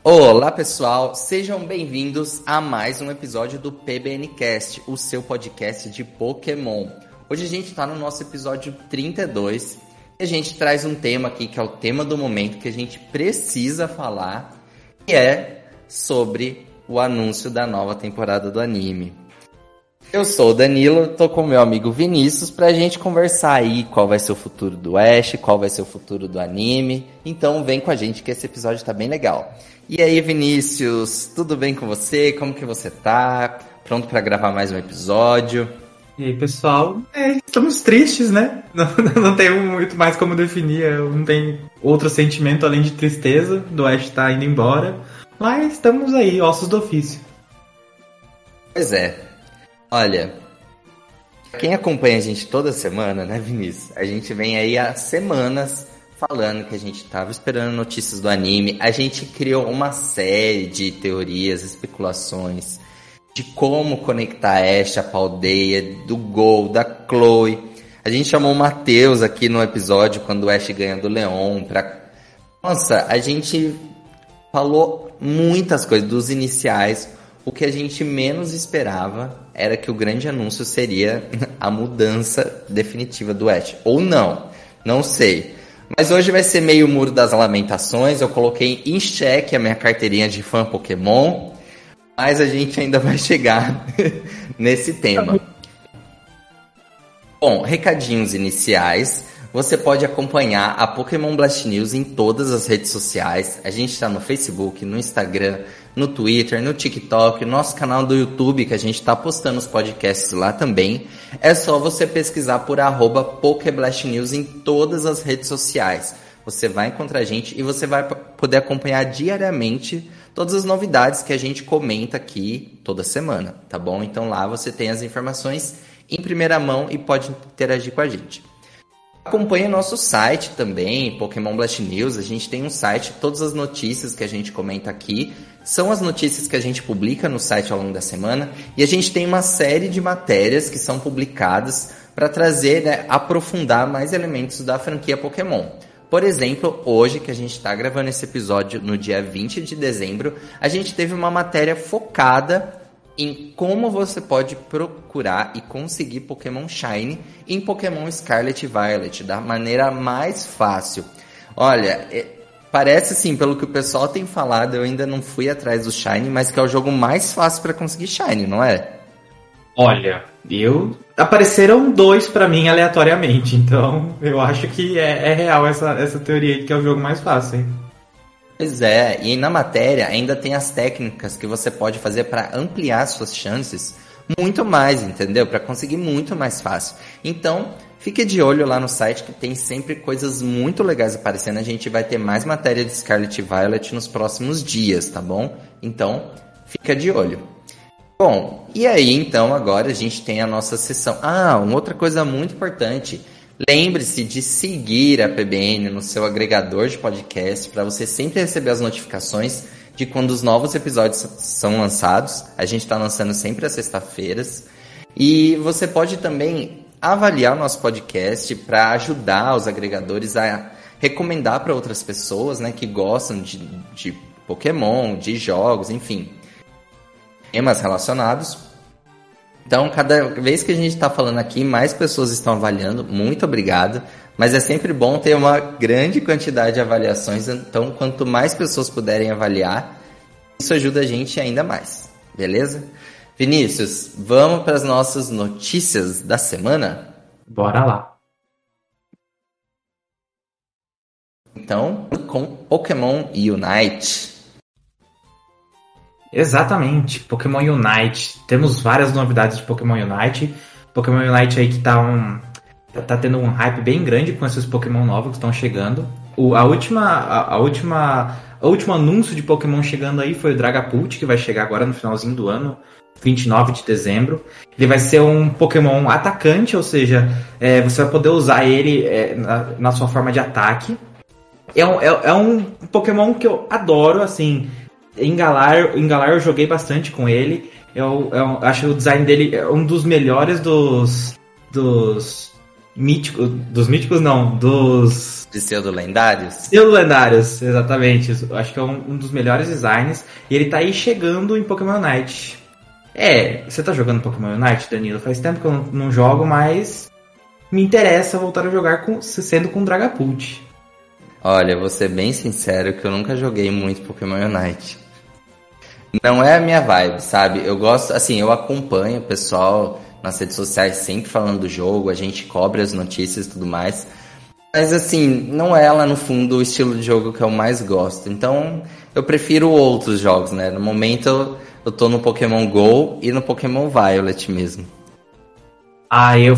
Olá pessoal, sejam bem-vindos a mais um episódio do PBNcast, o seu podcast de Pokémon. Hoje a gente está no nosso episódio 32 e a gente traz um tema aqui que é o tema do momento que a gente precisa falar, que é sobre o anúncio da nova temporada do anime. Eu sou o Danilo, tô com o meu amigo Vinícius pra gente conversar aí qual vai ser o futuro do Ash, qual vai ser o futuro do anime. Então vem com a gente que esse episódio tá bem legal. E aí, Vinícius, tudo bem com você? Como que você tá? Pronto pra gravar mais um episódio? E aí, pessoal, estamos tristes, né? Não tem muito mais como definir, não tem outro sentimento além de tristeza do Ash tá indo embora. Mas estamos aí, ossos do ofício. Pois é. Olha, quem acompanha a gente toda semana, né, Vinícius? A gente vem aí há semanas falando que a gente tava esperando notícias do anime. A gente criou uma série de teorias, especulações de como conectar a Ash, a Paldea, do Gol, da Chloe. A gente chamou o Matheus aqui no episódio quando o Ash ganha do Leon pra... Nossa, a gente falou muitas coisas dos iniciais. O que a gente menos esperava era que o grande anúncio seria a mudança definitiva do Ash. Ou não sei. Mas hoje vai ser meio Muro das Lamentações. Eu coloquei em xeque a minha carteirinha de fã Pokémon. Mas a gente ainda vai chegar nesse tema. Bom, recadinhos iniciais. Você pode acompanhar a Pokémon Blast News em todas as redes sociais. A gente está no Facebook, no Instagram, no Twitter, no TikTok, no nosso canal do YouTube, que a gente está postando os podcasts lá também. É só você pesquisar por @PokéBlastNews em todas as redes sociais. Você vai encontrar a gente e você vai poder acompanhar diariamente todas as novidades que a gente comenta aqui toda semana, tá bom? Então lá você tem as informações em primeira mão e pode interagir com a gente. Acompanhe nosso site também, Pokémon Blast News. A gente tem um site, todas as notícias que a gente comenta aqui são as notícias que a gente publica no site ao longo da semana. E a gente tem uma série de matérias que são publicadas para trazer, aprofundar mais elementos da franquia Pokémon. Por exemplo, hoje que a gente está gravando esse episódio no dia 20 de dezembro, a gente teve uma matéria focada em como você pode procurar e conseguir Pokémon Shiny em Pokémon Scarlet e Violet, da maneira mais fácil. Olha, parece assim, pelo que o pessoal tem falado, eu ainda não fui atrás do Shiny, mas que é o jogo mais fácil para conseguir Shiny, não é? Olha, apareceram 2 pra mim aleatoriamente, então eu acho que é real essa teoria de que é o jogo mais fácil, hein? Pois é, e na matéria ainda tem as técnicas que você pode fazer para ampliar suas chances muito mais, entendeu? Para conseguir muito mais fácil. Então, fique de olho lá no site que tem sempre coisas muito legais aparecendo. A gente vai ter mais matéria de Scarlet e Violet nos próximos dias, tá bom? Então, fica de olho. Bom, e aí então agora a gente tem a nossa sessão. Uma outra coisa muito importante. Lembre-se de seguir a PBN no seu agregador de podcast para você sempre receber as notificações de quando os novos episódios são lançados. A gente está lançando sempre às sextas-feiras. E você pode também avaliar o nosso podcast para ajudar os agregadores a recomendar para outras pessoas, né, que gostam de Pokémon, de jogos, enfim, temas relacionados. Então, cada vez que a gente está falando aqui, mais pessoas estão avaliando. Muito obrigado. Mas é sempre bom ter uma grande quantidade de avaliações. Então, quanto mais pessoas puderem avaliar, isso ajuda a gente ainda mais. Beleza? Vinícius, vamos para as nossas notícias da semana? Bora lá. Então, com Pokémon Unite. Exatamente, Pokémon Unite. Temos várias novidades de Pokémon Unite. Pokémon Unite aí que tá tendo um hype bem grande com esses Pokémon novos que estão chegando. O último anúncio de Pokémon chegando aí foi o Dragapult, que vai chegar agora no finalzinho do ano, 29 de dezembro. Ele vai ser um Pokémon atacante, ou seja, você vai poder usar ele na sua forma de ataque. É um Pokémon que eu adoro, assim. Engalar eu joguei bastante com ele. Eu acho o design dele um dos melhores dos dos míticos não, dos Pseudo-lendários? pseudo-lendários, exatamente. Acho que é um dos melhores designs. E ele tá aí chegando em Pokémon Unite. Você tá jogando Pokémon Unite, Danilo? Faz tempo que eu não jogo, mas me interessa voltar a jogar sendo com Dragapult. Olha, vou ser bem sincero que eu nunca joguei muito Pokémon Unite. Não é a minha vibe, sabe? Eu gosto, assim, eu acompanho o pessoal nas redes sociais sempre falando do jogo, a gente cobre as notícias e tudo mais. Mas assim, não é lá no fundo o estilo de jogo que eu mais gosto. Então, eu prefiro outros jogos, né? No momento eu tô no Pokémon GO e no Pokémon Violet mesmo. Eu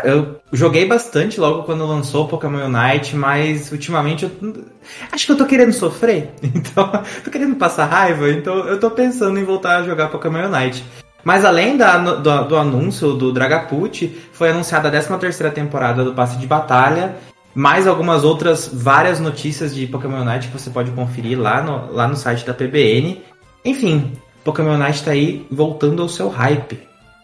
joguei bastante logo quando lançou o Pokémon Unite, mas ultimamente acho que eu tô querendo sofrer, então tô querendo passar raiva, então eu tô pensando em voltar a jogar Pokémon Unite. Mas além do anúncio do Dragapult, foi anunciada a 13ª temporada do Passe de Batalha, mais algumas outras várias notícias de Pokémon Unite que você pode conferir lá no site da PBN. Enfim, Pokémon Unite tá aí voltando ao seu hype.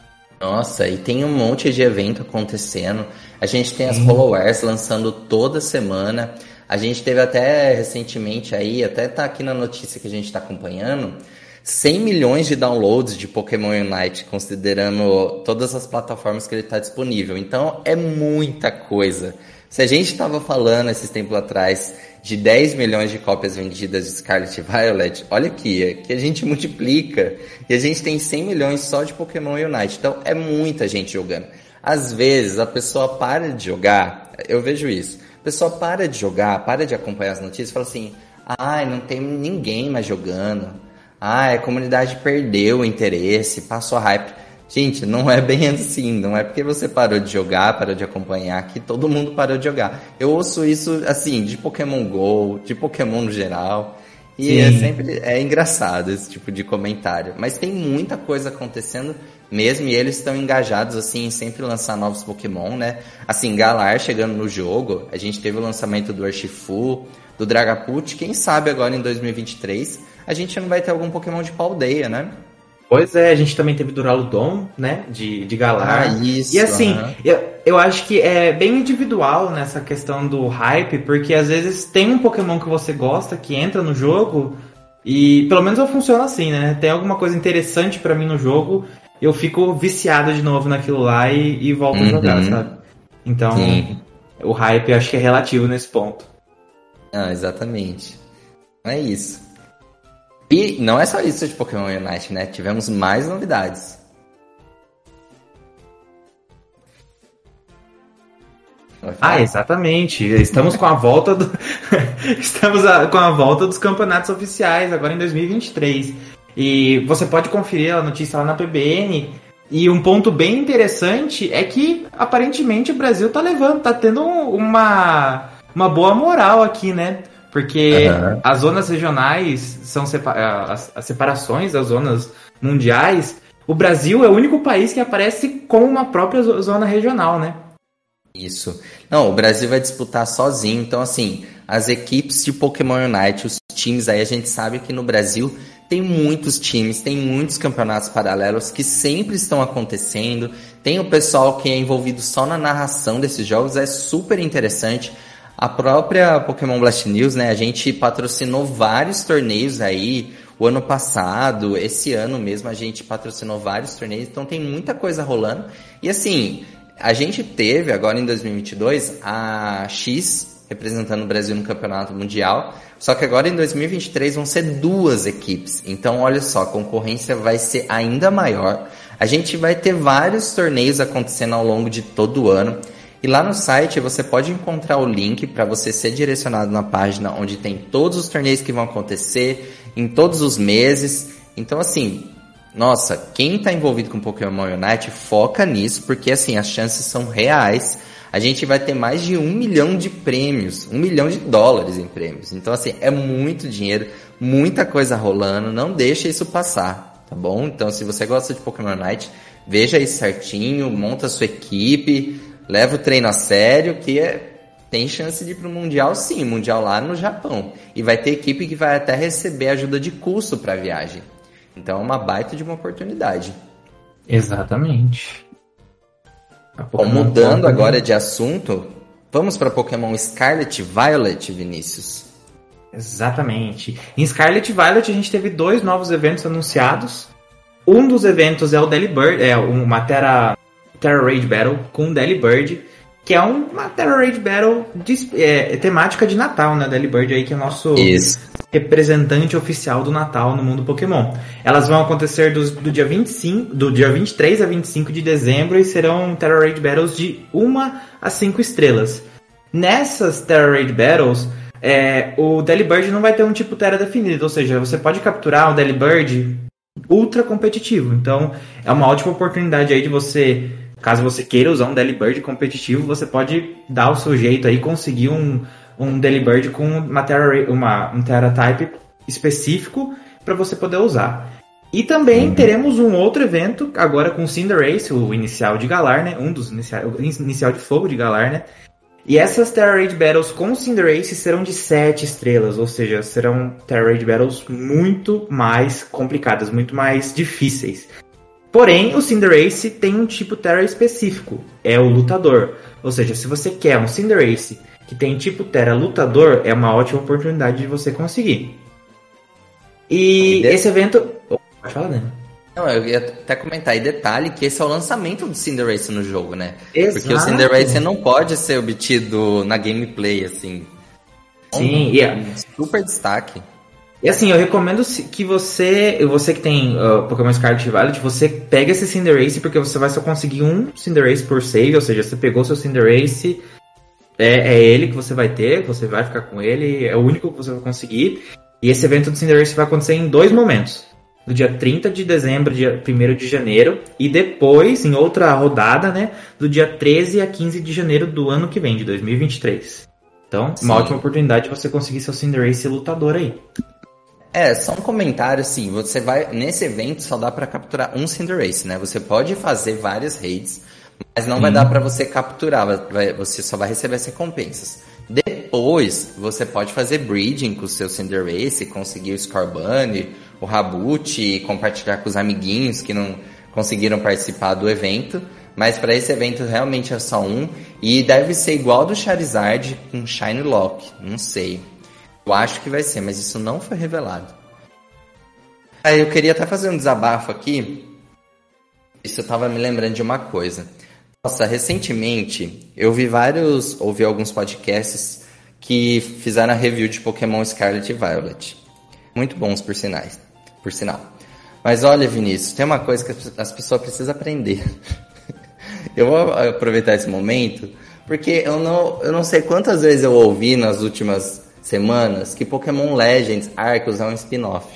Nossa, e tem um monte de evento acontecendo. A gente tem as HoloWares lançando toda semana. A gente teve até recentemente aí, até tá aqui na notícia que a gente tá acompanhando, 100 milhões de downloads de Pokémon Unite, considerando todas as plataformas que ele tá disponível. Então é muita coisa. Se a gente estava falando esses tempos atrás de 10 milhões de cópias vendidas de Scarlet e Violet, olha aqui, que a gente multiplica e a gente tem 100 milhões só de Pokémon Unite. Então é muita gente jogando. Às vezes a pessoa para de jogar, eu vejo isso, a pessoa para de jogar, para de acompanhar as notícias e fala assim, não tem ninguém mais jogando, a comunidade perdeu o interesse, passou a hype. Gente, não é bem assim, não é porque você parou de jogar, parou de acompanhar, que todo mundo parou de jogar. Eu ouço isso, assim, de Pokémon GO, de Pokémon no geral, e é engraçado esse tipo de comentário. Mas tem muita coisa acontecendo mesmo, e eles estão engajados, assim, em sempre lançar novos Pokémon, né? Assim, Galar chegando no jogo, a gente teve o lançamento do Urshifu, do Dragapult, quem sabe agora em 2023 a gente não vai ter algum Pokémon de Paldeia, né? Pois é, a gente também teve Duraludon, né, de Galar. Isso. E assim, eu acho que é bem individual nessa questão do hype, porque às vezes tem um Pokémon que você gosta, que entra no jogo, e pelo menos eu funciono assim, né? Tem alguma coisa interessante pra mim no jogo, eu fico viciado de novo naquilo lá e volto a jogar, sabe? Então, o hype eu acho que é relativo nesse ponto. Exatamente. É isso. E não é só isso de Pokémon Unite, né? Tivemos mais novidades. Exatamente. Estamos com a volta com a volta dos campeonatos oficiais agora em 2023. E você pode conferir a notícia lá na PBN. E um ponto bem interessante é que aparentemente o Brasil tá tendo uma boa moral aqui, né? Porque as zonas regionais são as separações das zonas mundiais. O Brasil é o único país que aparece com uma própria zona regional, né? Isso. Não, o Brasil vai disputar sozinho. Então, assim, as equipes de Pokémon Unite, os times aí, a gente sabe que no Brasil tem muitos times, tem muitos campeonatos paralelos que sempre estão acontecendo. Tem o pessoal que é envolvido só na narração desses jogos, é super interessante. A própria Pokémon Blast News, né, a gente patrocinou vários torneios aí, o ano passado, esse ano mesmo a gente patrocinou vários torneios, então tem muita coisa rolando. E assim, a gente teve agora em 2022 a X representando o Brasil no Campeonato Mundial, só que agora em 2023 vão ser 2 equipes, então olha só, a concorrência vai ser ainda maior. A gente vai ter vários torneios acontecendo ao longo de todo o ano. E lá no site você pode encontrar o link para você ser direcionado na página onde tem todos os torneios que vão acontecer, em todos os meses. Então assim, nossa, quem está envolvido com Pokémon Unite, foca nisso, porque assim, as chances são reais. A gente vai ter mais de 1 milhão de prêmios, $1 milhão em prêmios. Então assim, é muito dinheiro, muita coisa rolando, não deixa isso passar, tá bom? Então se você gosta de Pokémon Unite, veja isso certinho, monta a sua equipe, leva o treino a sério, que tem chance de ir pro Mundial sim, Mundial lá no Japão. E vai ter equipe que vai até receber ajuda de custo para a viagem. Então é uma baita de uma oportunidade. Exatamente. A Bom, Pokémon mudando Company. agora de assunto, vamos para Pokémon Scarlet e Violet, Vinícius. Exatamente. Em Scarlet e Violet a gente teve 2 novos eventos anunciados. Um dos eventos é o Delibird, uma Terra Raid Battle com o Delibird, que é uma Terra Raid Battle temática de Natal, né? Delibird aí que é o nosso Isso. representante oficial do Natal no mundo Pokémon. Elas vão acontecer do dia 23 a 25 de dezembro e serão Terra Raid Battles de 1 a 5 estrelas. Nessas Terra Raid Battles, o Delibird não vai ter um tipo Terra definido, ou seja, você pode capturar o Delibird ultra competitivo. Então, é uma ótima oportunidade aí de você, caso você queira usar um Delibird competitivo, você pode dar o seu jeito aí, conseguir um Delibird com um Terra Type específico para você poder usar. E também teremos um outro evento, agora com o Cinderace, o inicial de Galar, né? O inicial de fogo de Galar, né? E essas Terra Raid Battles com o Cinderace serão de 7 estrelas, ou seja, serão Terra Raid Battles muito mais complicadas, muito mais difíceis. Porém, o Cinderace tem um tipo Terra específico, é o Lutador. Ou seja, se você quer um Cinderace que tem tipo Terra Lutador, é uma ótima oportunidade de você conseguir. E esse evento... Pode falar, né? Não, eu ia até comentar, e detalhe que esse é o lançamento do Cinderace no jogo, né? Exato. Porque o Cinderace não pode ser obtido na gameplay, assim. Sim, super destaque. E assim, eu recomendo que você que tem Pokémon Scarlet e Violet, você pega esse Cinderace, porque você vai só conseguir um Cinderace por save, ou seja, você pegou seu Cinderace, é ele que você vai ter, você vai ficar com ele, é o único que você vai conseguir. E esse evento do Cinderace vai acontecer em 2 momentos. No dia 30 de dezembro, dia 1º de janeiro, e depois, em outra rodada, né, do dia 13 a 15 de janeiro do ano que vem, de 2023. Então, Sim. uma ótima oportunidade de você conseguir seu Cinderace lutador aí. Só um comentário, assim, você vai, nesse evento só dá pra capturar um Cinderace, né? Você pode fazer várias raids, mas não vai dar pra você capturar, você só vai receber as recompensas. Depois, você pode fazer breeding com o seu Cinderace, conseguir o Scorbunny, o Raboot e compartilhar com os amiguinhos que não conseguiram participar do evento. Mas para esse evento realmente é só um. E deve ser igual ao do Charizard com Shiny Lock. Não sei. Eu acho que vai ser, mas isso não foi revelado. Aí eu queria até fazer um desabafo aqui. Isso eu tava me lembrando de uma coisa. Nossa, recentemente eu ouvi alguns podcasts que fizeram a review de Pokémon Scarlet e Violet. Muito bons, por sinal. Mas olha, Vinícius, tem uma coisa que as pessoas precisam aprender. Eu vou aproveitar esse momento, porque eu não sei quantas vezes eu ouvi nas últimas semanas que Pokémon Legends Arceus é um spin-off.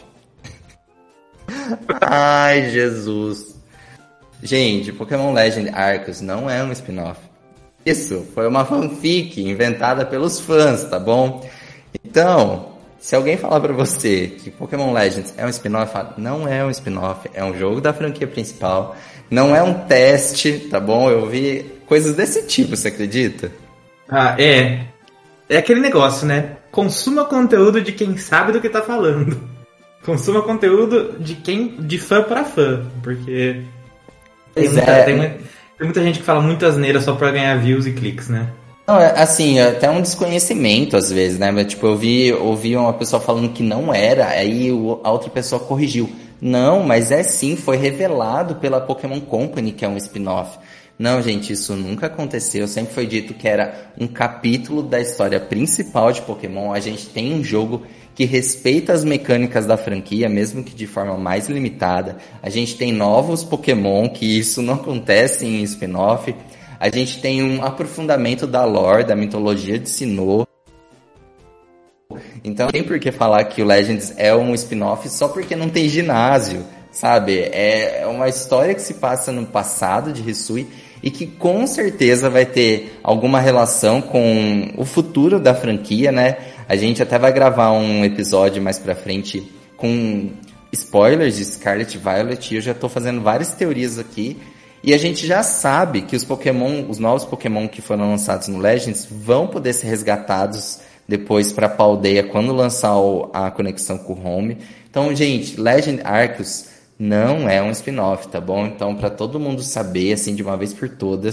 Ai, Jesus. Gente, Pokémon Legends Arceus não é um spin-off. Isso foi uma fanfic inventada pelos fãs, tá bom? Então, se alguém falar pra você que Pokémon Legends é um spin-off, fala, não é um spin-off, é um jogo da franquia principal, não é um teste, tá bom? Eu vi coisas desse tipo, você acredita? É aquele negócio, né? Consuma conteúdo de quem sabe do que tá falando. Consuma conteúdo de fã para fã, porque tem muita gente que fala muita asneira só pra ganhar views e cliques, né? Não, assim, até um desconhecimento às vezes, né? Tipo, eu ouvi uma pessoa falando que não era, aí a outra pessoa corrigiu. Não, mas sim, foi revelado pela Pokémon Company que é um spin-off. Não, gente, isso nunca aconteceu. Sempre foi dito que era um capítulo da história principal de Pokémon. A gente tem um jogo que respeita as mecânicas da franquia, mesmo que de forma mais limitada. A gente tem novos Pokémon, que isso não acontece em spin-off. A gente tem um aprofundamento da lore, da mitologia de Sinnoh. Então não tem por que falar que o Legends é um spin-off só porque não tem ginásio, sabe? É uma história que se passa no passado de Hisui e que com certeza vai ter alguma relação com o futuro da franquia, né? A gente até vai gravar um episódio mais pra frente com spoilers de Scarlet e Violet e eu já tô fazendo várias teorias aqui. E a gente já sabe que os novos Pokémon que foram lançados no Legends vão poder ser resgatados depois para a Paldeia quando lançar a conexão com o Home. Então, gente, Legend Arceus não é um spin-off, tá bom? Então, para todo mundo saber, assim, de uma vez por todas,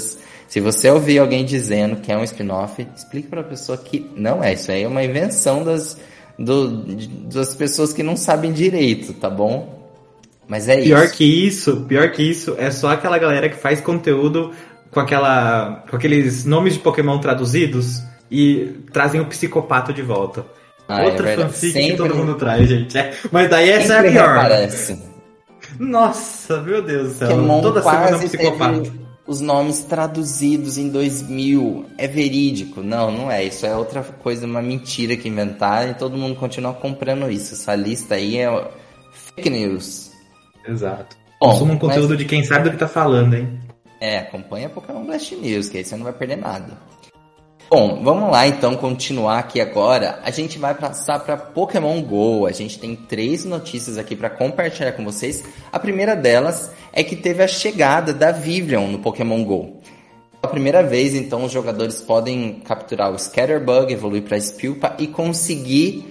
Se você ouvir alguém dizendo que é um spin-off, explique pra pessoa que não é. Isso aí é uma invenção das pessoas que não sabem direito, tá bom? Mas é Pior isso. pior que isso, é só aquela galera que faz conteúdo com aqueles nomes de Pokémon traduzidos e trazem o psicopata de volta. Ah, é Outra verdade. fanfic que todo mundo traz, gente. Mas daí essa é a Sempre pior. reaparece. Nossa, meu Deus do céu. Pokémon Toda semana é um quase psicopata. teve os nomes traduzidos em 2000. É verídico? Não, não é. Isso é outra coisa, uma mentira que inventaram e todo mundo continua comprando isso. Essa lista aí é fake news. Exato. Bom, Consuma um conteúdo de quem sabe do que tá falando, hein? Acompanha Pokémon Blast News, que aí você não vai perder nada. Bom, vamos lá então continuar aqui agora. A gente vai passar para Pokémon GO. A gente tem 3 notícias aqui para compartilhar com vocês. A primeira delas é que teve a chegada da Vivillon no Pokémon GO. Pela primeira vez, então, os jogadores podem capturar o Scatterbug, evoluir para Spilpa e conseguir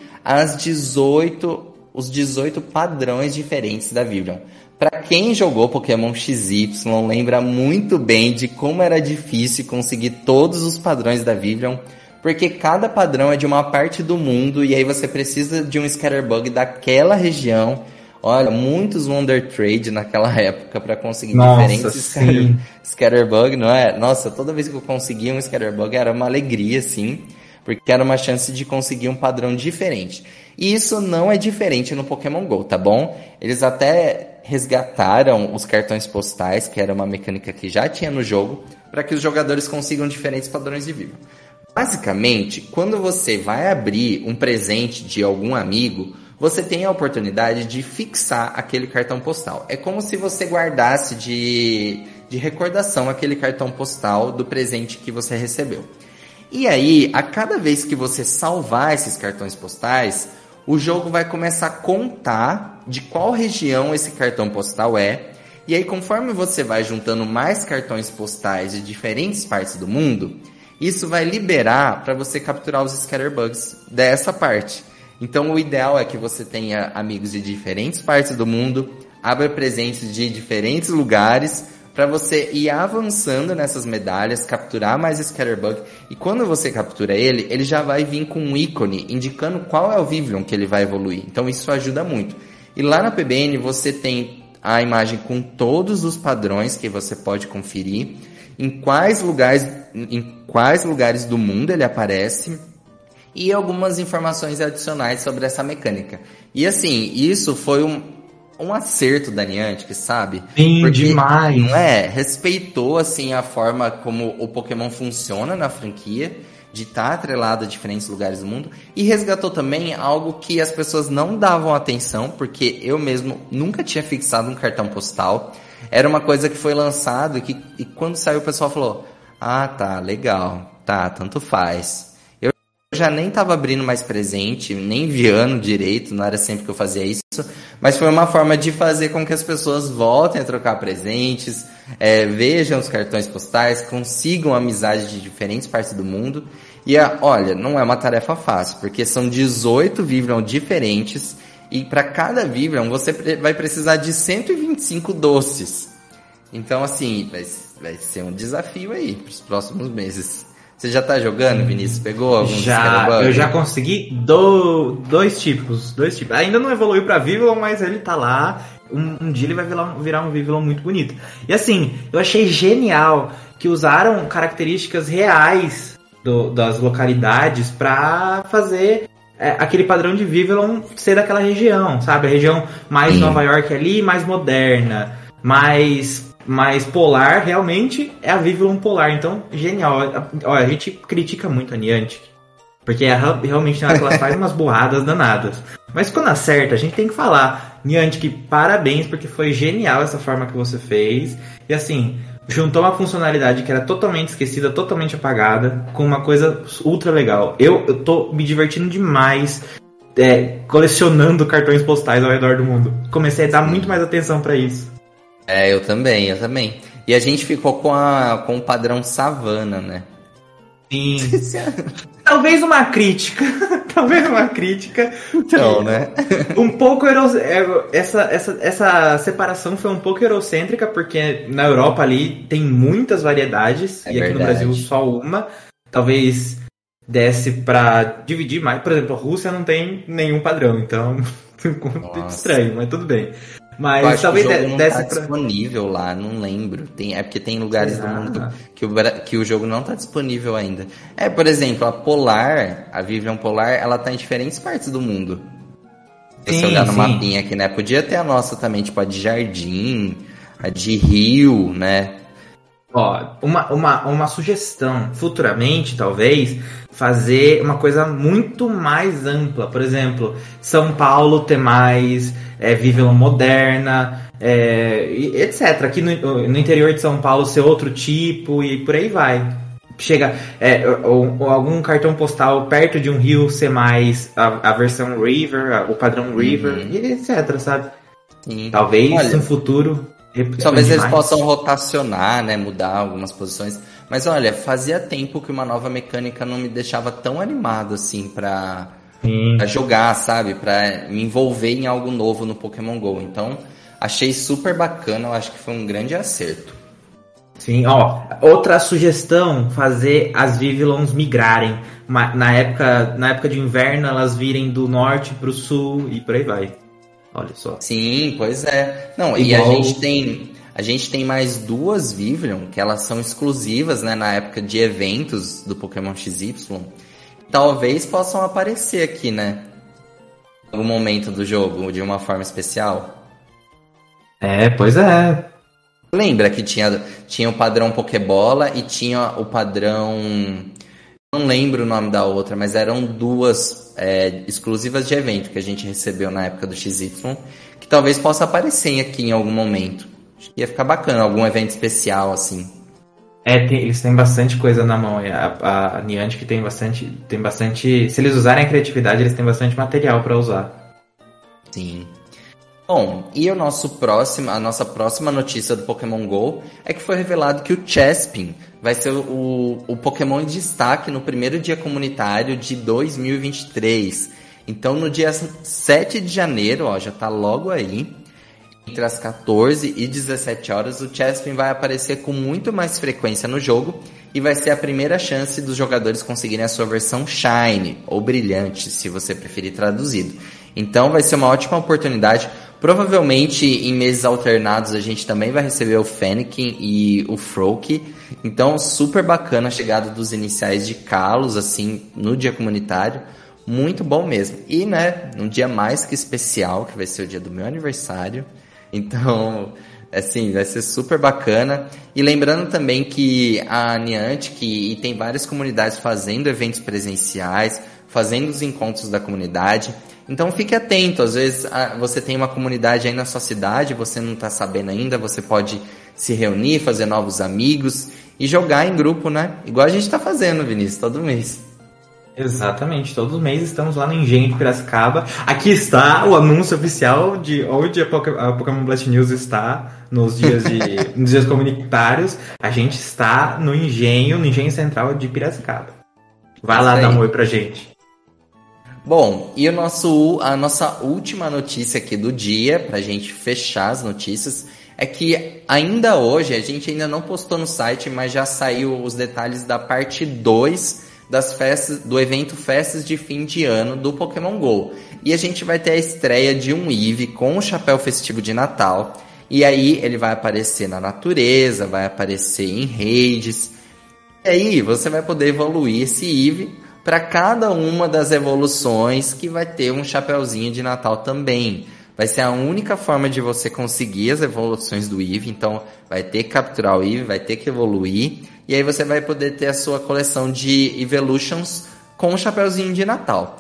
os 18 padrões diferentes da Vivillon. Para quem jogou Pokémon XY, lembra muito bem de como era difícil conseguir todos os padrões da Vivillon, porque cada padrão é de uma parte do mundo e aí você precisa de um Scatterbug daquela região. Olha, muitos Wonder Trade naquela época para conseguir diferentes Scatterbug, não é? Nossa, toda vez que eu conseguia um Scatterbug era uma alegria, assim, porque era uma chance de conseguir um padrão diferente. E isso não é diferente no Pokémon GO, tá bom? Eles até resgataram os cartões postais, que era uma mecânica que já tinha no jogo, para que os jogadores consigam diferentes padrões de Vivillon. Basicamente, quando você vai abrir um presente de algum amigo, você tem a oportunidade de fixar aquele cartão postal. É como se você guardasse de recordação aquele cartão postal do presente que você recebeu. E aí, a cada vez que você salvar esses cartões postais, o jogo vai começar a contar de qual região esse cartão postal é. E aí, conforme você vai juntando mais cartões postais de diferentes partes do mundo, isso vai liberar para você capturar os Scatterbugs dessa parte. Então, o ideal é que você tenha amigos de diferentes partes do mundo, abra presentes de diferentes lugares, para você ir avançando nessas medalhas, capturar mais Scatterbug, e quando você captura ele, ele já vai vir com um ícone indicando qual é o Vivillon que ele vai evoluir. Então isso ajuda muito. E lá na PBN você tem a imagem com todos os padrões que você pode conferir, em quais lugares do mundo ele aparece, e algumas informações adicionais sobre essa mecânica. E assim, isso foi um acerto da Niantic, sabe? Sim, porque, demais. Não é? Respeitou, assim, a forma como o Pokémon funciona na franquia, de estar atrelado a diferentes lugares do mundo, e resgatou também algo que as pessoas não davam atenção, porque eu mesmo nunca tinha fixado um cartão postal. Era uma coisa que foi lançado e quando saiu o pessoal falou, ah, tá, legal, tá, tanto faz. Eu já nem tava abrindo mais presente, nem enviando direito, não era sempre que eu fazia isso, mas foi uma forma de fazer com que as pessoas voltem a trocar presentes, vejam os cartões postais, consigam amizade de diferentes partes do mundo. E olha, não é uma tarefa fácil, porque são 18 Vivillon diferentes, e para cada Vivillon você vai precisar de 125 doces. Então assim, vai ser um desafio aí para os próximos meses. Você já tá jogando, Vinícius? Pegou algum Eu já consegui dois tipos. Ainda não evoluiu pra Vivillon, mas ele tá lá. Um dia ele vai virar um Vivillon muito bonito. E assim, eu achei genial que usaram características reais das localidades pra fazer aquele padrão de Vivillon ser daquela região, sabe? A região mais Nova York ali, mais moderna, mais polar, realmente é a Vivillon polar. Então, genial. Olha, a gente critica muito a Niantic, porque realmente ela faz umas burradas danadas. Mas quando acerta, a gente tem que falar, Niantic, parabéns, porque foi genial essa forma que você fez. E assim, juntou uma funcionalidade que era totalmente esquecida, totalmente apagada, com uma coisa ultra legal. Eu tô me divertindo demais colecionando cartões postais ao redor do mundo. Comecei a dar muito mais atenção pra isso. Eu também. E a gente ficou com o padrão Savana, né? Sim. Talvez uma crítica. Talvez uma crítica. Então, né? Um pouco essa separação foi um pouco eurocêntrica, porque na Europa ali tem muitas variedades, e aqui verdade. no Brasil só uma. Talvez desse pra dividir mais. Por exemplo, a Rússia não tem nenhum padrão, então muito estranho, mas tudo bem. Mas eu acho talvez que o jogo não desse tá disponível lá, não lembro. É porque tem lugares do mundo que o jogo não tá disponível ainda. Por exemplo, a Polar, a Vivian Polar, ela tá em diferentes partes do mundo. Se você olhar no mapinha aqui, né? Podia ter a nossa também, tipo a de Jardim, a de Rio, né? Ó, uma sugestão, futuramente, talvez, fazer uma coisa muito mais ampla. Por exemplo, São Paulo ter mais Vivela moderna, etc. Aqui no interior de São Paulo ser outro tipo e por aí vai. Chega ou algum cartão postal perto de um rio ser mais a versão River, o padrão River, e etc, sabe? Sim. Talvez no futuro... Talvez eles possam rotacionar, né, mudar algumas posições. Mas olha, fazia tempo que uma nova mecânica não me deixava tão animado assim pra jogar, sabe? Pra me envolver em algo novo no Pokémon GO. Então, achei super bacana, eu acho que foi um grande acerto. Sim, ó, outra sugestão, fazer as Vivillons migrarem. Na época de inverno, elas virem do norte pro sul e por aí vai. Olha só. Sim, pois é. Não, igual... e a gente tem mais duas Vivillon, que elas são exclusivas, né, na época de eventos do Pokémon XY. Talvez possam aparecer aqui, né? Em algum momento do jogo, de uma forma especial. Pois é. Lembra que tinha o padrão Pokébola e tinha o padrão... Não lembro o nome da outra, mas eram duas exclusivas de evento que a gente recebeu na época do XY, que talvez possa aparecer aqui em algum momento. Acho que ia ficar bacana, algum evento especial, assim. Eles têm bastante coisa na mão. A Niantic tem bastante... Se eles usarem a criatividade, eles têm bastante material para usar. Sim. Bom, e a nossa próxima notícia do Pokémon GO é que foi revelado que o Chespin vai ser o Pokémon em destaque no primeiro dia comunitário de 2023. Então, no dia 7 de janeiro, já tá logo aí, entre as 14 e 17 horas, o Chespin vai aparecer com muito mais frequência no jogo e vai ser a primeira chance dos jogadores conseguirem a sua versão Shine, ou Brilhante, se você preferir traduzido. Então, vai ser uma ótima oportunidade. Provavelmente em meses alternados a gente também vai receber o Fennekin e o Froakie. Então super bacana a chegada dos iniciais de Kalos assim no dia comunitário. Muito bom mesmo. E né, um dia mais que especial, que vai ser o dia do meu aniversário. Então, assim, vai ser super bacana. E lembrando também que a Niantic e tem várias comunidades fazendo eventos presenciais, fazendo os encontros da comunidade. Então fique atento, às vezes você tem uma comunidade aí na sua cidade, você não está sabendo ainda, você pode se reunir, fazer novos amigos e jogar em grupo, né? Igual a gente está fazendo, Vinícius, todo mês. Exatamente, todo mês estamos lá no Engenho de Piracicaba. Aqui está o anúncio oficial de onde a Pokémon Blast News está nos dias comunitários. A gente está no Engenho Central de Piracicaba. Vai lá dar um oi pra gente. Bom, e a nossa última notícia aqui do dia, pra gente fechar as notícias, é que ainda hoje, a gente ainda não postou no site, mas já saiu os detalhes da parte 2 das festas, do evento Festas de Fim de Ano do Pokémon GO. E a gente vai ter a estreia de um Eevee com o chapéu festivo de Natal. E aí ele vai aparecer na natureza, vai aparecer em raids. E aí você vai poder evoluir esse Eevee para cada uma das evoluções que vai ter um chapéuzinho de Natal também. Vai ser a única forma de você conseguir as evoluções do Eevee. Então vai ter que capturar o Eevee, vai ter que evoluir. E aí você vai poder ter a sua coleção de Evolutions com o chapéuzinho de Natal.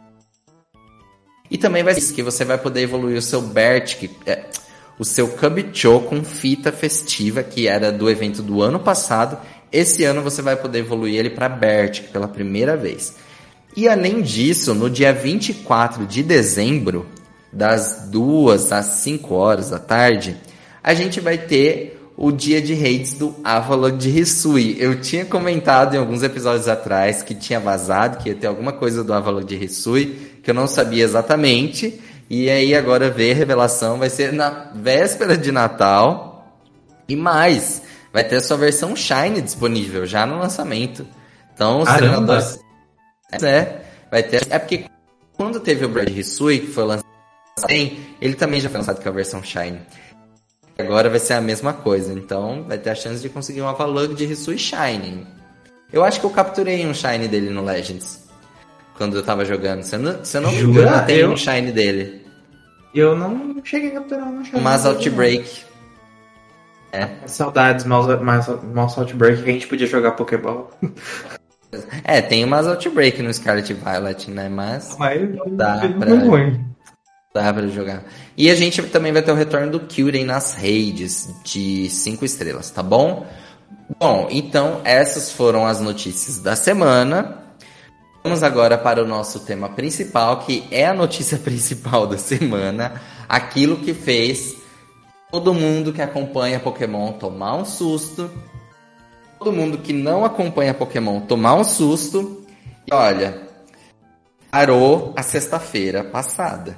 E também vai ser isso que você vai poder evoluir o seu Bertic, o seu Cubchoo com fita festiva, que era do evento do ano passado. Esse ano você vai poder evoluir ele para Bertic pela primeira vez. E além disso, no dia 24 de dezembro, das 2 às 5 horas da tarde, a gente vai ter o dia de raids do Avalok de Hisui. Eu tinha comentado em alguns episódios atrás que tinha vazado, que ia ter alguma coisa do Avalok de Hisui, que eu não sabia exatamente. E aí agora veio a revelação, vai ser na véspera de Natal. E mais, vai ter a sua versão Shine disponível já no lançamento. Então, os treinadores... vai ter... É porque quando teve o Brad Hisui, que foi lançado, ele também já foi lançado com a versão Shine. Agora vai ser a mesma coisa. Então, vai ter a chance de conseguir um Avalok de Hisui Shine. Eu acho que eu capturei um Shine dele no Legends. Quando eu tava jogando. Se eu não me engano, tem um Shine dele. Eu não cheguei a capturar um Shine. Mas Outbreak. Saudades, Mouse Outbreak, que a gente podia jogar Pokéball. Tem umas Outbreak no Scarlet Violet, né? Mas dá pra jogar. E a gente também vai ter o retorno do Kyurem nas raids de 5 estrelas, tá bom? Bom, então essas foram as notícias da semana. Vamos agora para o nosso tema principal, que é a notícia principal da semana. Aquilo que fez todo mundo que acompanha Pokémon tomar um susto. Todo mundo que não acompanha Pokémon tomar um susto. E olha, parou a sexta-feira passada.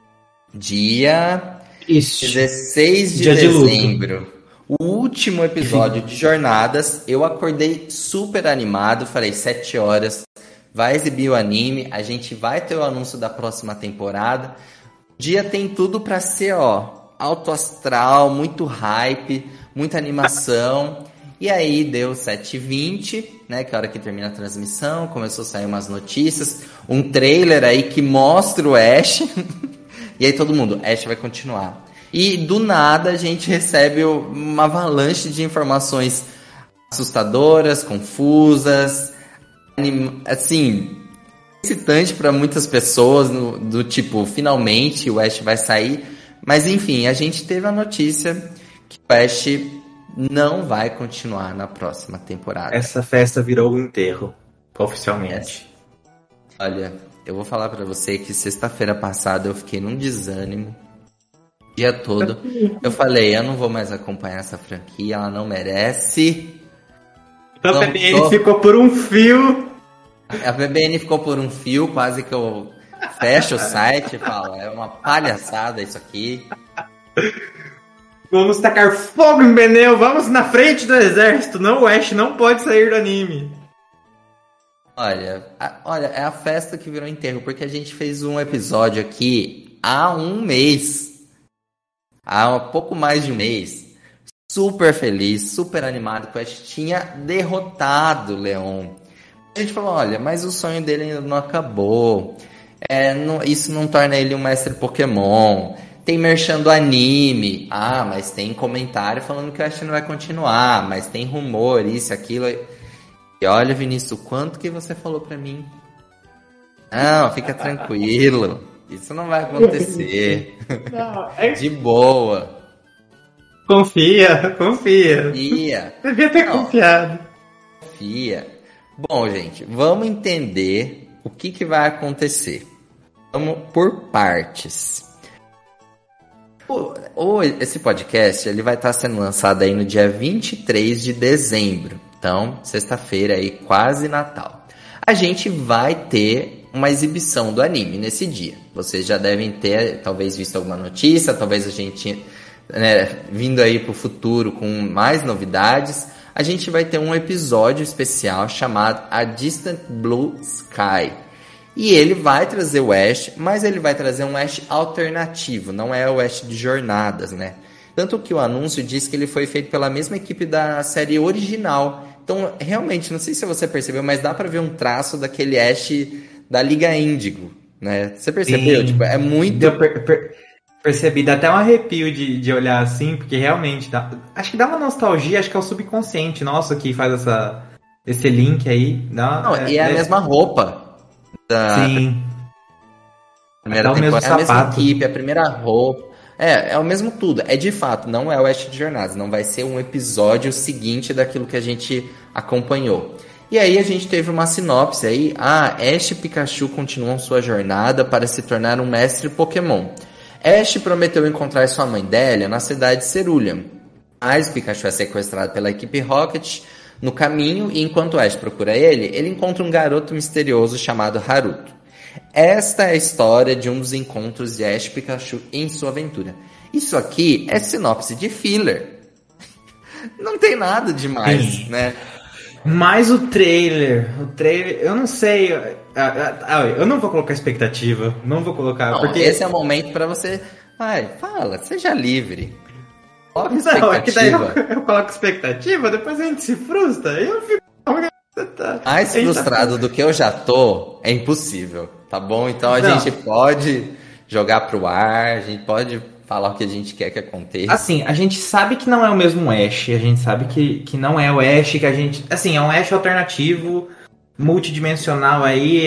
Dia 16 de dezembro. O último episódio de Jornadas. Eu acordei super animado. Falei, 7 horas. Vai exibir o anime. A gente vai ter o anúncio da próxima temporada. O dia tem tudo pra ser, alto astral, muito hype, muita animação. E aí deu 7h20, né, que é a hora que termina a transmissão, começou a sair umas notícias, um trailer aí que mostra o Ash, e aí todo mundo, Ash vai continuar. E do nada a gente recebe uma avalanche de informações assustadoras, confusas, assim, excitante para muitas pessoas, do tipo, finalmente o Ash vai sair. Mas enfim, a gente teve a notícia que o Ash não vai continuar na próxima temporada. Essa festa virou um enterro, oficialmente. Olha, eu vou falar pra você que sexta-feira passada eu fiquei num desânimo o dia todo. Eu falei, eu não vou mais acompanhar essa franquia, ela não merece. A VBN ficou por um fio. A VBN ficou por um fio, quase que eu fecho o site e falo, é uma palhaçada isso aqui. Vamos tacar fogo em Benel, vamos na frente do exército. Não, o Ash não pode sair do anime. Olha, é a festa que virou enterro, porque a gente fez um episódio aqui há um mês. Há um pouco mais de um mês. Super feliz, super animado, que o Ash tinha derrotado o Leon. A gente falou, olha, mas o sonho dele ainda não acabou. Isso não torna ele um mestre Pokémon. Tem merchan do anime. Ah, mas tem comentário falando que o Ash não vai continuar. Mas tem rumor, isso, aquilo. E olha, Vinícius, o quanto que você falou pra mim. Não, fica tranquilo. Isso não vai acontecer. Não, De boa. Confia. Devia ter confiado. Confia. Bom, gente, vamos entender o que vai acontecer. Vamos por partes. Esse podcast ele vai estar sendo lançado aí no dia 23 de dezembro. Então, sexta-feira aí, quase Natal. A gente vai ter uma exibição do anime nesse dia. Vocês já devem ter, talvez, visto alguma notícia, talvez a gente, vindo aí pro futuro com mais novidades. A gente vai ter um episódio especial chamado A Distant Blue Sky. E ele vai trazer o Ash, mas ele vai trazer um Ash alternativo, não é o Ash de Jornadas, né? Tanto que o anúncio diz que ele foi feito pela mesma equipe da série original. Então, realmente, não sei se você percebeu, mas dá pra ver um traço daquele Ash da Liga Índigo, né? Você percebeu? Sim. Tipo, é muito... Percebi, dá até um arrepio de olhar assim, porque realmente acho que dá uma nostalgia, acho que é o subconsciente nosso que faz esse link aí. É a mesma roupa. Sim. Primeira temporada, é a mesma equipe, a primeira roupa. É o mesmo tudo. É de fato, não é o Ash de Jornadas. Não vai ser um episódio seguinte daquilo que a gente acompanhou. E aí a gente teve uma sinopse aí. Ash e Pikachu continuam sua jornada para se tornar um mestre Pokémon. Ash prometeu encontrar sua mãe Delia na cidade de Cerulean. Mas o Pikachu é sequestrado pela equipe Rocket no caminho e enquanto o Ash procura ele encontra um garoto misterioso chamado Haruto. Esta é a história de um dos encontros de Ash e Pikachu em sua aventura. Isso aqui é sinopse de filler. Não tem nada demais, né? Mas o trailer, eu não sei, eu não vou colocar expectativa, não vou colocar, Não, porque... esse é o momento pra você, fala, seja livre. Coloca Não, é que daí expectativa. eu coloco expectativa, depois a gente se frustra, e eu fico... Mais frustrado do que eu já tô, é impossível, tá bom? Então a gente pode jogar pro ar, a gente pode falar o que a gente quer que aconteça. Assim, a gente sabe que não é o mesmo Ash, a gente sabe que não é o Ash que a gente... Assim, é um Ash alternativo, multidimensional aí,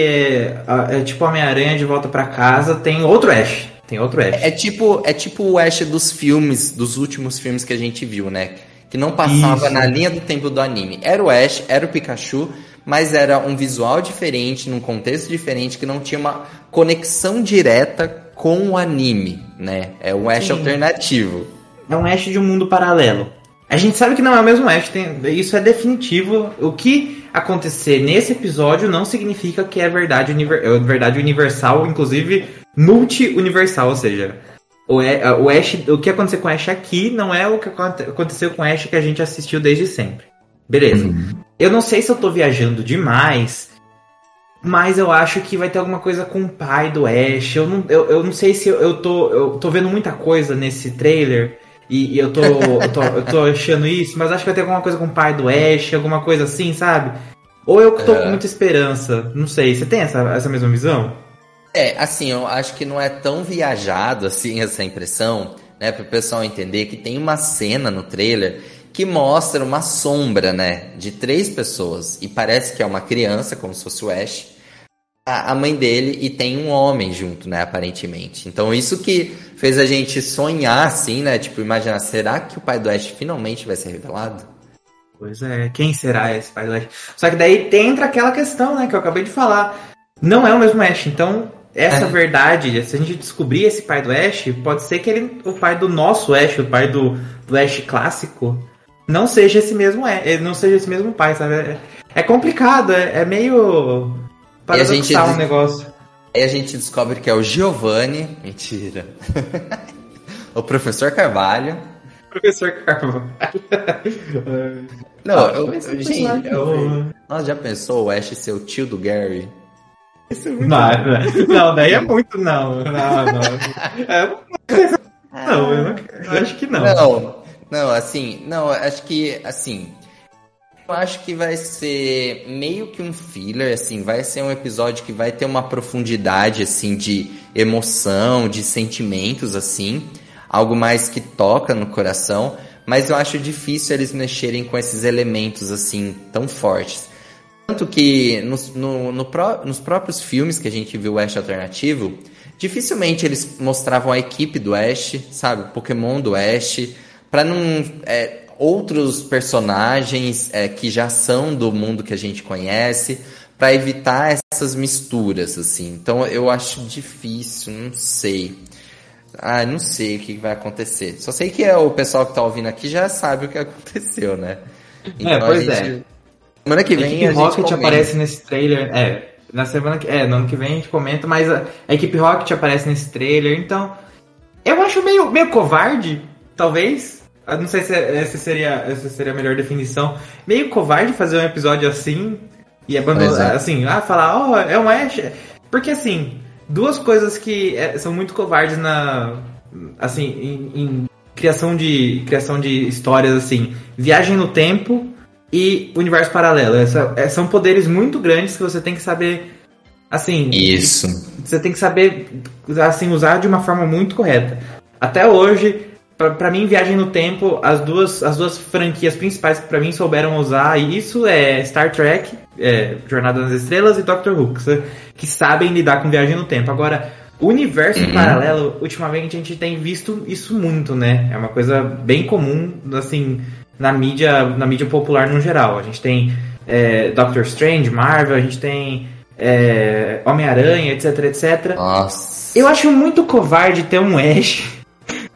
é tipo Homem-Aranha de volta pra casa, tem outro Ash. É tipo o Ash dos filmes, dos últimos filmes que a gente viu, né? Que não passava na linha do tempo do anime. Era o Ash, era o Pikachu, mas era um visual diferente, num contexto diferente, que não tinha uma conexão direta com o anime, né? É um Ash alternativo. É um Ash de um mundo paralelo. A gente sabe que não é o mesmo Ash, isso é definitivo. O que acontecer nesse episódio não significa que é verdade universal, inclusive multi-universal, ou seja... O Ash, o que aconteceu com o Ash aqui não é o que aconteceu com o Ash que a gente assistiu desde sempre. Beleza. Eu não sei se eu tô viajando demais, mas eu acho que vai ter alguma coisa com o pai do Ash. Eu não sei se eu tô vendo muita coisa nesse trailer e eu tô achando isso, mas acho que vai ter alguma coisa com o pai do Ash, alguma coisa assim, sabe? Ou eu tô com muita esperança, não sei. Você tem essa mesma visão? Assim, eu acho que não é tão viajado assim essa impressão, né? Para o pessoal entender que tem uma cena no trailer que mostra uma sombra, né? De 3 pessoas. E parece que é uma criança, como se fosse o Ash, a mãe dele e tem um homem junto, né? Aparentemente. Então isso que fez a gente sonhar assim, né? Tipo, imaginar, será que o pai do Ash finalmente vai ser revelado? Pois é, quem será esse pai do Ash? Só que daí entra aquela questão, né? Que eu acabei de falar. Não é o mesmo Ash, então... Essa verdade, se a gente descobrir esse pai do Ash, pode ser que o pai do nosso Ash, o pai do Ash clássico, não seja esse mesmo não seja esse mesmo pai, sabe? É complicado, é meio paradoxal o negócio. Aí a gente descobre que é o Giovanni, mentira, o Professor Carvalho. Professor Carvalho. Nossa, já pensou o Ash ser o tio do Gary? Não, daí é muito não. Eu acho que não. Eu acho que vai ser meio que um filler, assim, vai ser um episódio que vai ter uma profundidade, assim, de emoção, de sentimentos, assim, algo mais que toca no coração, mas eu acho difícil eles mexerem com esses elementos, assim, tão fortes. Tanto que nos próprios filmes que a gente viu o Ash alternativo, dificilmente eles mostravam a equipe do Ash, sabe? O Pokémon do Ash, para não... outros personagens que já são do mundo que a gente conhece, para evitar essas misturas, assim. Então eu acho difícil, não sei. Não sei o que vai acontecer. Só sei que o pessoal que tá ouvindo aqui já sabe o que aconteceu, né? Então, pois é. Semana que vem a equipe Rocket gente aparece nesse trailer. No ano que vem a gente comenta, mas a equipe Rocket aparece nesse trailer, então eu acho meio covarde, talvez. Eu não sei se essa seria a melhor definição. Meio covarde fazer um episódio assim e abandonar, assim, falar, é um Ash. Porque assim, duas coisas que são muito covardes em criação de histórias assim, viagem no tempo e universo paralelo. São poderes muito grandes que você tem que saber, assim... Isso. Você tem que saber, assim, usar de uma forma muito correta. Até hoje, pra mim, Viagem no Tempo, as duas franquias principais que pra mim souberam usar isso é Star Trek, Jornada nas Estrelas e Doctor Who, que sabem lidar com Viagem no Tempo. Agora, o universo paralelo, ultimamente a gente tem visto isso muito, né? É uma coisa bem comum, assim... Na mídia popular no geral. A gente tem Doctor Strange, Marvel, a gente tem Homem-Aranha, etc, etc. Nossa. Eu acho muito covarde ter um Ash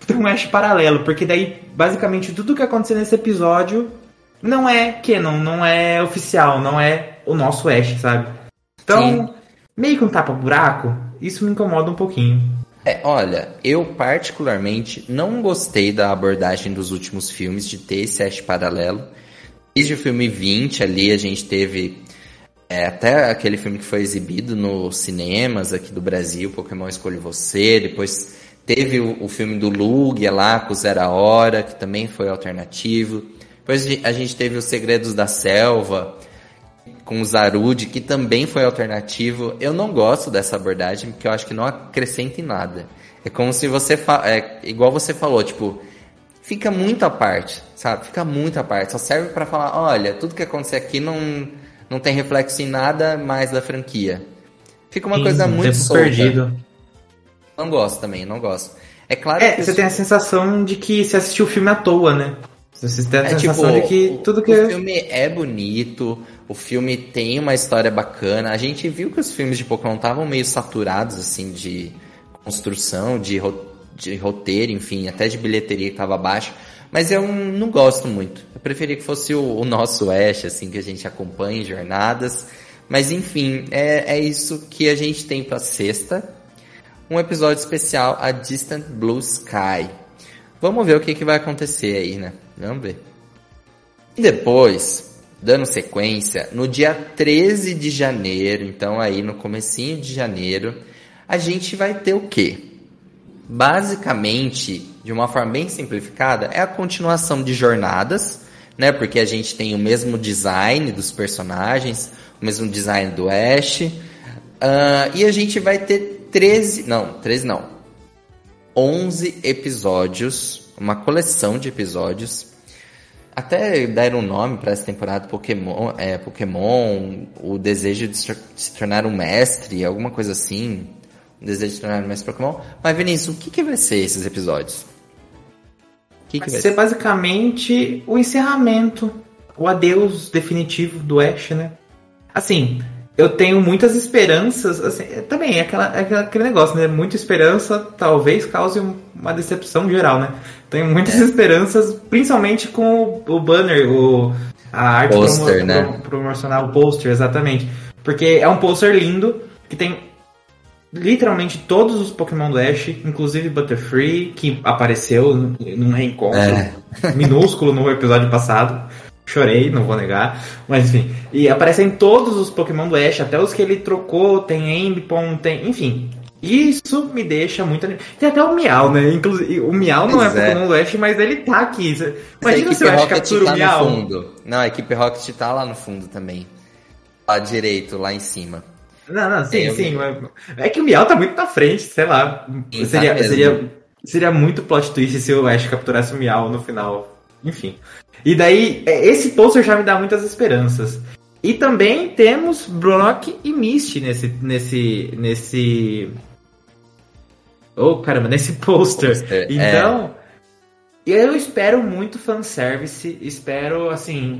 ter um Ash paralelo, porque daí, basicamente, tudo que acontecer nesse episódio não é canon, não é oficial, não é o nosso Ash, sabe? Então, meio que um tapa-buraco, isso me incomoda um pouquinho. Olha, eu particularmente não gostei da abordagem dos últimos filmes de ter esse Ash paralelo. Desde o filme 20 ali a gente teve até aquele filme que foi exibido nos cinemas aqui do Brasil, Pokémon Escolhe Você. Depois teve o filme do Lugia lá, com o Zera Hora, que também foi alternativo. Depois a gente teve Os Segredos da Selva, com o Zarude, que também foi alternativo. Eu não gosto dessa abordagem, porque eu acho que não acrescenta em nada. É como se você... igual você falou, tipo... Fica muito à parte, sabe? Fica muito à parte. Só serve pra falar, olha, tudo que acontecer aqui não tem reflexo em nada mais da franquia. Fica uma coisa muito solta. Perdido. Não gosto também, não gosto. É claro que... Você tem a sensação de que você assistiu o filme à toa, né? Você tem a sensação de que tudo que... O filme é bonito, o filme tem uma história bacana. A gente viu que os filmes de Pokémon estavam meio saturados, assim, de construção, de roteiro, enfim, até de bilheteria que tava baixo. Mas eu não gosto muito. Eu preferia que fosse o nosso Ash, assim, que a gente acompanha em jornadas. Mas, enfim, é isso que a gente tem pra sexta. Um episódio especial, A Distant Blue Sky. Vamos ver o que vai acontecer aí, né? Vamos ver. E depois, dando sequência, no dia 13 de janeiro, então aí no comecinho de janeiro, a gente vai ter o quê? Basicamente, de uma forma bem simplificada, é a continuação de jornadas, né? Porque a gente tem o mesmo design dos personagens, o mesmo design do Ash. E a gente vai ter 11 episódios, uma coleção de episódios. Até deram um nome para essa temporada, Pokémon, o desejo de se tornar um mestre, alguma coisa assim. O desejo de se tornar um mestre Pokémon. Mas, Vinícius, o que vai ser esses episódios? Vai ser basicamente o encerramento, o adeus definitivo do Ash, né? Assim, eu tenho muitas esperanças, assim, também é aquele negócio, né? Muita esperança talvez cause uma decepção geral, né? Tenho muitas esperanças, principalmente com o banner, a arte promocional, o pôster, exatamente. Porque é um pôster lindo, que tem literalmente todos os Pokémon do Ash, inclusive Butterfree, que apareceu num reencontro minúsculo no episódio passado. Chorei, não vou negar, mas enfim. E aparecem todos os Pokémon do Ash, até os que ele trocou, tem Ambipom, enfim. Isso me deixa muito... Tem até o Miau, né? Inclusive, o Miau não é Pokémon do Ash, mas ele tá aqui. Imagina se o Ash captura o Miau. No fundo. Não, a equipe Rocket tá lá no fundo também. Lá direito, lá em cima. Não, sim. É que o Miau tá muito na frente, sei lá. Seria muito plot twist se o Ash capturasse o Miau no final. Enfim. E daí, esse pôster já me dá muitas esperanças. E também temos Brock e Misty nesse... Oh, caramba, nesse pôster. Então, eu espero muito fanservice. Espero, assim...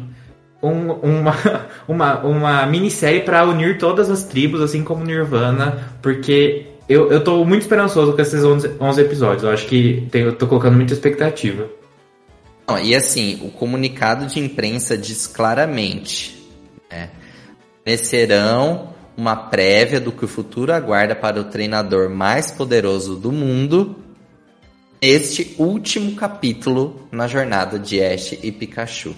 uma minissérie pra unir todas as tribos, assim como Nirvana, porque eu tô muito esperançoso com esses 11 episódios. Eu acho que eu tô colocando muita expectativa. E assim, o comunicado de imprensa diz claramente, né? Fornecerão uma prévia do que o futuro aguarda para o treinador mais poderoso do mundo neste último capítulo na jornada de Ash e Pikachu.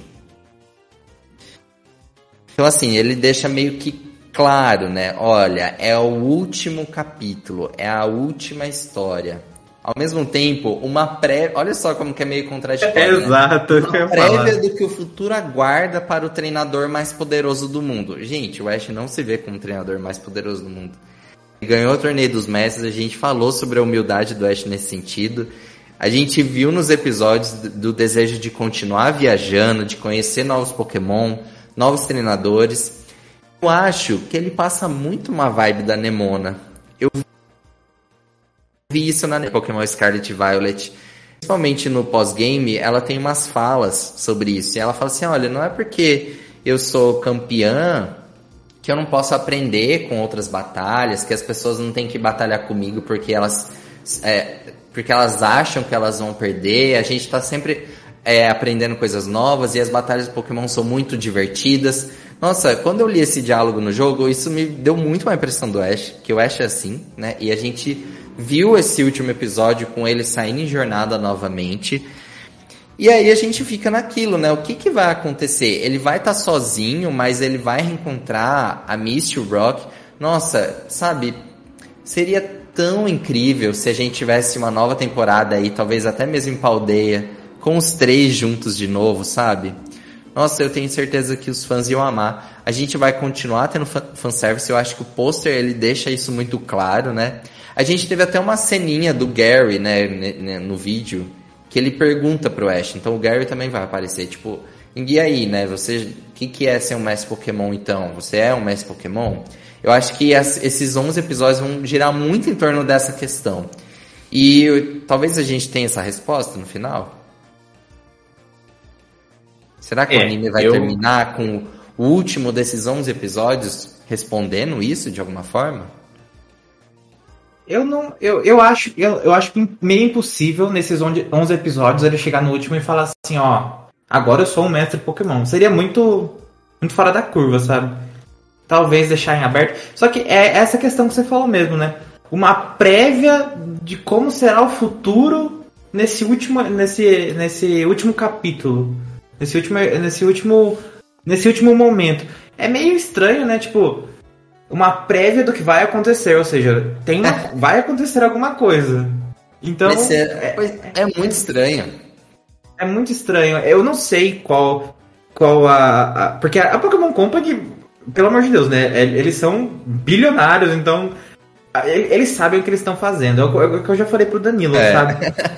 Então assim, ele deixa meio que claro, né? Olha, é o último capítulo, é a última história. Ao mesmo tempo, olha só como que é meio contraditório, exato, né? Uma prévia do que o futuro aguarda para o treinador mais poderoso do mundo. Gente, o Ash não se vê como o treinador mais poderoso do mundo. Ele ganhou o torneio dos mestres, a gente falou sobre a humildade do Ash nesse sentido. A gente viu nos episódios do desejo de continuar viajando, de conhecer novos Pokémon, novos treinadores. Eu acho que ele passa muito uma vibe da Nemona. Eu vi isso na Pokémon Scarlet e Violet. Principalmente no pós-game, ela tem umas falas sobre isso. E ela fala assim, olha, não é porque eu sou campeã que eu não posso aprender com outras batalhas, que as pessoas não têm que batalhar comigo porque elas porque elas acham que elas vão perder. A gente tá sempre aprendendo coisas novas e as batalhas de Pokémon são muito divertidas. Nossa, quando eu li esse diálogo no jogo, isso me deu muito uma impressão do Ash, que o Ash é assim, né? E a gente viu esse último episódio com ele saindo em jornada novamente. E aí a gente fica naquilo, né? O que vai acontecer? Ele vai estar sozinho, mas ele vai reencontrar a Misty e o Brock. Nossa, sabe? Seria tão incrível se a gente tivesse uma nova temporada aí, talvez até mesmo em Paldea, com os 3 juntos de novo, sabe? Nossa, eu tenho certeza que os fãs iam amar. A gente vai continuar tendo fanservice. Eu acho que o pôster, ele deixa isso muito claro, né? A gente teve até uma ceninha do Gary, né, no vídeo, que ele pergunta pro Ash. Então o Gary também vai aparecer. Tipo, e aí, né? Você, o que é ser um mestre Pokémon, então? Você é um mestre Pokémon? Eu acho que esses 11 episódios vão girar muito em torno dessa questão. E talvez a gente tenha essa resposta no final. Será que o anime vai terminar com o último desses 11 episódios respondendo isso de alguma forma? Eu acho meio impossível nesses 11 episódios ele chegar no último e falar assim, ó, agora eu sou um mestre Pokémon. Seria muito fora da curva, sabe? Talvez deixar em aberto. Só que é essa questão que você falou mesmo, né? Uma prévia de como será o futuro nesse último capítulo. Nesse último momento. É meio estranho, né? Tipo, uma prévia do que vai acontecer. Ou seja, vai acontecer alguma coisa. Então... É muito estranho. É muito estranho. Eu não sei qual porque a Pokémon Company, pelo amor de Deus, né? Eles são bilionários, então... Eles sabem o que eles estão fazendo. É o que eu já falei pro Danilo, sabe?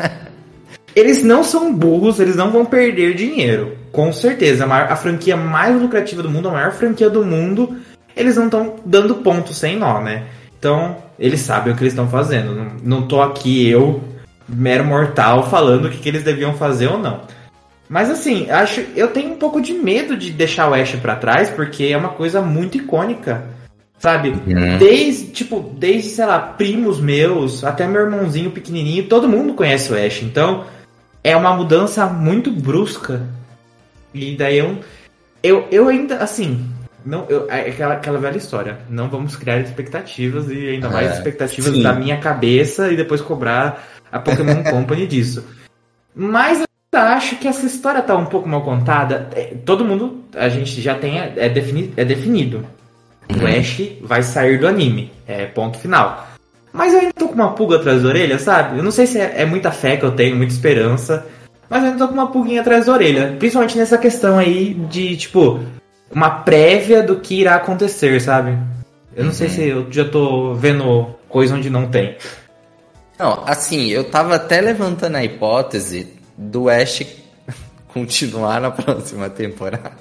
Eles não são burros, eles não vão perder dinheiro. Com certeza. A franquia mais lucrativa do mundo, a maior franquia do mundo, eles não estão dando ponto sem nó, né? Então, eles sabem o que eles estão fazendo. Não tô aqui, eu, mero mortal, falando o que eles deviam fazer ou não. Mas assim, eu tenho um pouco de medo de deixar o Ash pra trás, porque é uma coisa muito icônica. Sabe? Desde, sei lá, primos meus, até meu irmãozinho pequenininho, todo mundo conhece o Ash. Então, é uma mudança muito brusca. E daí eu ainda, assim, aquela velha história. Não vamos criar expectativas e ainda mais expectativas da minha cabeça e depois cobrar a Pokémon Company disso. Mas eu acho que essa história tá um pouco mal contada. Todo mundo, a gente já tem, é definido. O Ash vai sair do anime. Ponto final. Mas eu ainda tô com uma pulga atrás da orelha, sabe? Eu não sei se é muita fé que eu tenho, muita esperança. Mas eu ainda tô com uma pulguinha atrás da orelha. Principalmente nessa questão aí de, tipo, uma prévia do que irá acontecer, sabe? Eu não sei se eu já tô vendo coisa onde não tem. Não, assim, eu tava até levantando a hipótese do Ash continuar na próxima temporada.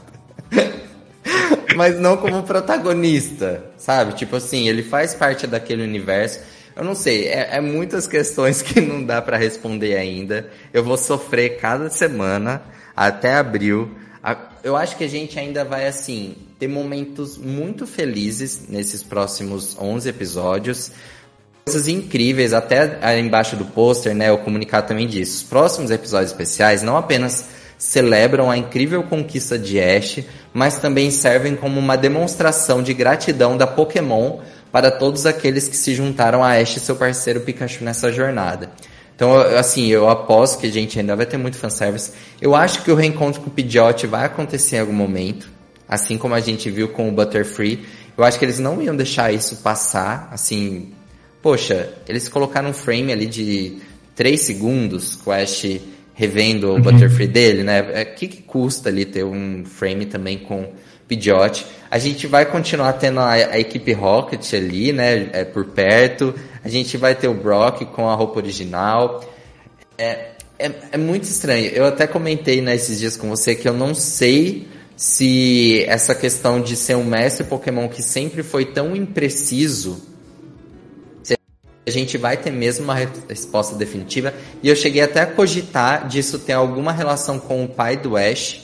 Mas não como protagonista, sabe? Tipo assim, ele faz parte daquele universo. Eu não sei, é muitas questões que não dá pra responder ainda. Eu vou sofrer cada semana até abril. Eu acho que a gente ainda vai, assim, ter momentos muito felizes nesses próximos 11 episódios. Coisas incríveis, até aí embaixo do pôster, né? O comunicado também diz. Os próximos episódios especiais não apenas celebram a incrível conquista de Ash, mas também servem como uma demonstração de gratidão da Pokémon para todos aqueles que se juntaram a Ash e seu parceiro Pikachu nessa jornada. Então, assim, eu aposto que a gente ainda vai ter muito fanservice. Eu acho que o reencontro com o Pidgeot vai acontecer em algum momento, assim como a gente viu com o Butterfree. Eu acho que eles não iam deixar isso passar, assim... Poxa, eles colocaram um frame ali de 3 segundos com o Ash revendo o Butterfree dele, né? O que custa ali ter um frame também com Pidgeot? A gente vai continuar tendo a equipe Rocket ali, né? Por perto. A gente vai ter o Brock com a roupa original. É muito estranho. Eu até comentei nesses dias com você que eu não sei se essa questão de ser um mestre Pokémon que sempre foi tão impreciso, a gente vai ter mesmo uma resposta definitiva. E eu cheguei até a cogitar disso ter alguma relação com o pai do Ash.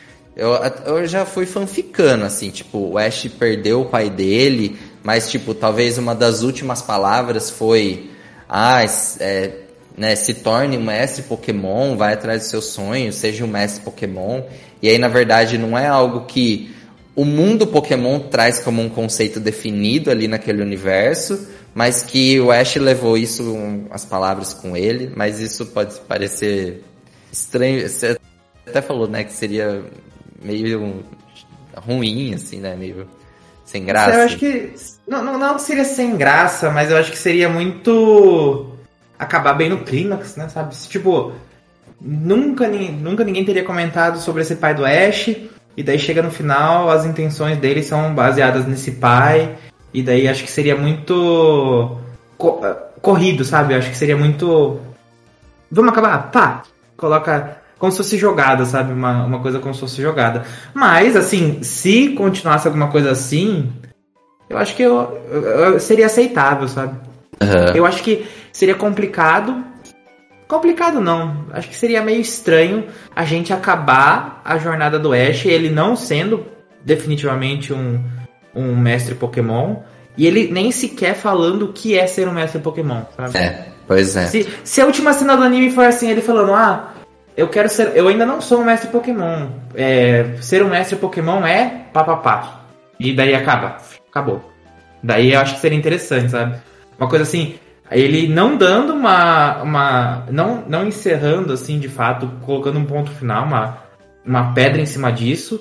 Eu já fui fanficando, assim, tipo, o Ash perdeu o pai dele, mas, tipo, talvez uma das últimas palavras foi né, se torne um mestre Pokémon, vai atrás dos seus sonhos, seja um mestre Pokémon. E aí, na verdade, não é algo que o mundo Pokémon traz como um conceito definido ali naquele universo, mas que o Ash levou isso, as palavras com ele, mas isso pode parecer estranho. Você até falou, né, que seria meio ruim, assim, né, meio sem graça. Eu acho que não seria sem graça, mas eu acho que seria muito acabar bem no clímax, né, sabe? Tipo, nunca ninguém teria comentado sobre esse pai do Ash, e daí chega no final, as intenções dele são baseadas nesse pai, e daí acho que seria muito corrido, sabe? Eu acho que seria muito... Vamos acabar? Tá. Coloca como se fosse jogada, sabe? Uma coisa como se fosse jogada. Mas, assim, se continuasse alguma coisa assim, eu acho que eu seria aceitável, sabe? Uhum. Eu acho que seria complicado. Complicado não. Acho que seria meio estranho a gente acabar a jornada do Ash, ele não sendo definitivamente um mestre Pokémon, e ele nem sequer falando o que é ser um mestre Pokémon, sabe? Pois é. Se a última cena do anime for assim, ele falando, eu ainda não sou um mestre Pokémon. Ser um mestre Pokémon é papapá. E daí acabou. Daí eu acho que seria interessante, sabe? Uma coisa assim, ele não dando não encerrando assim, de fato, colocando um ponto final, uma pedra em cima disso,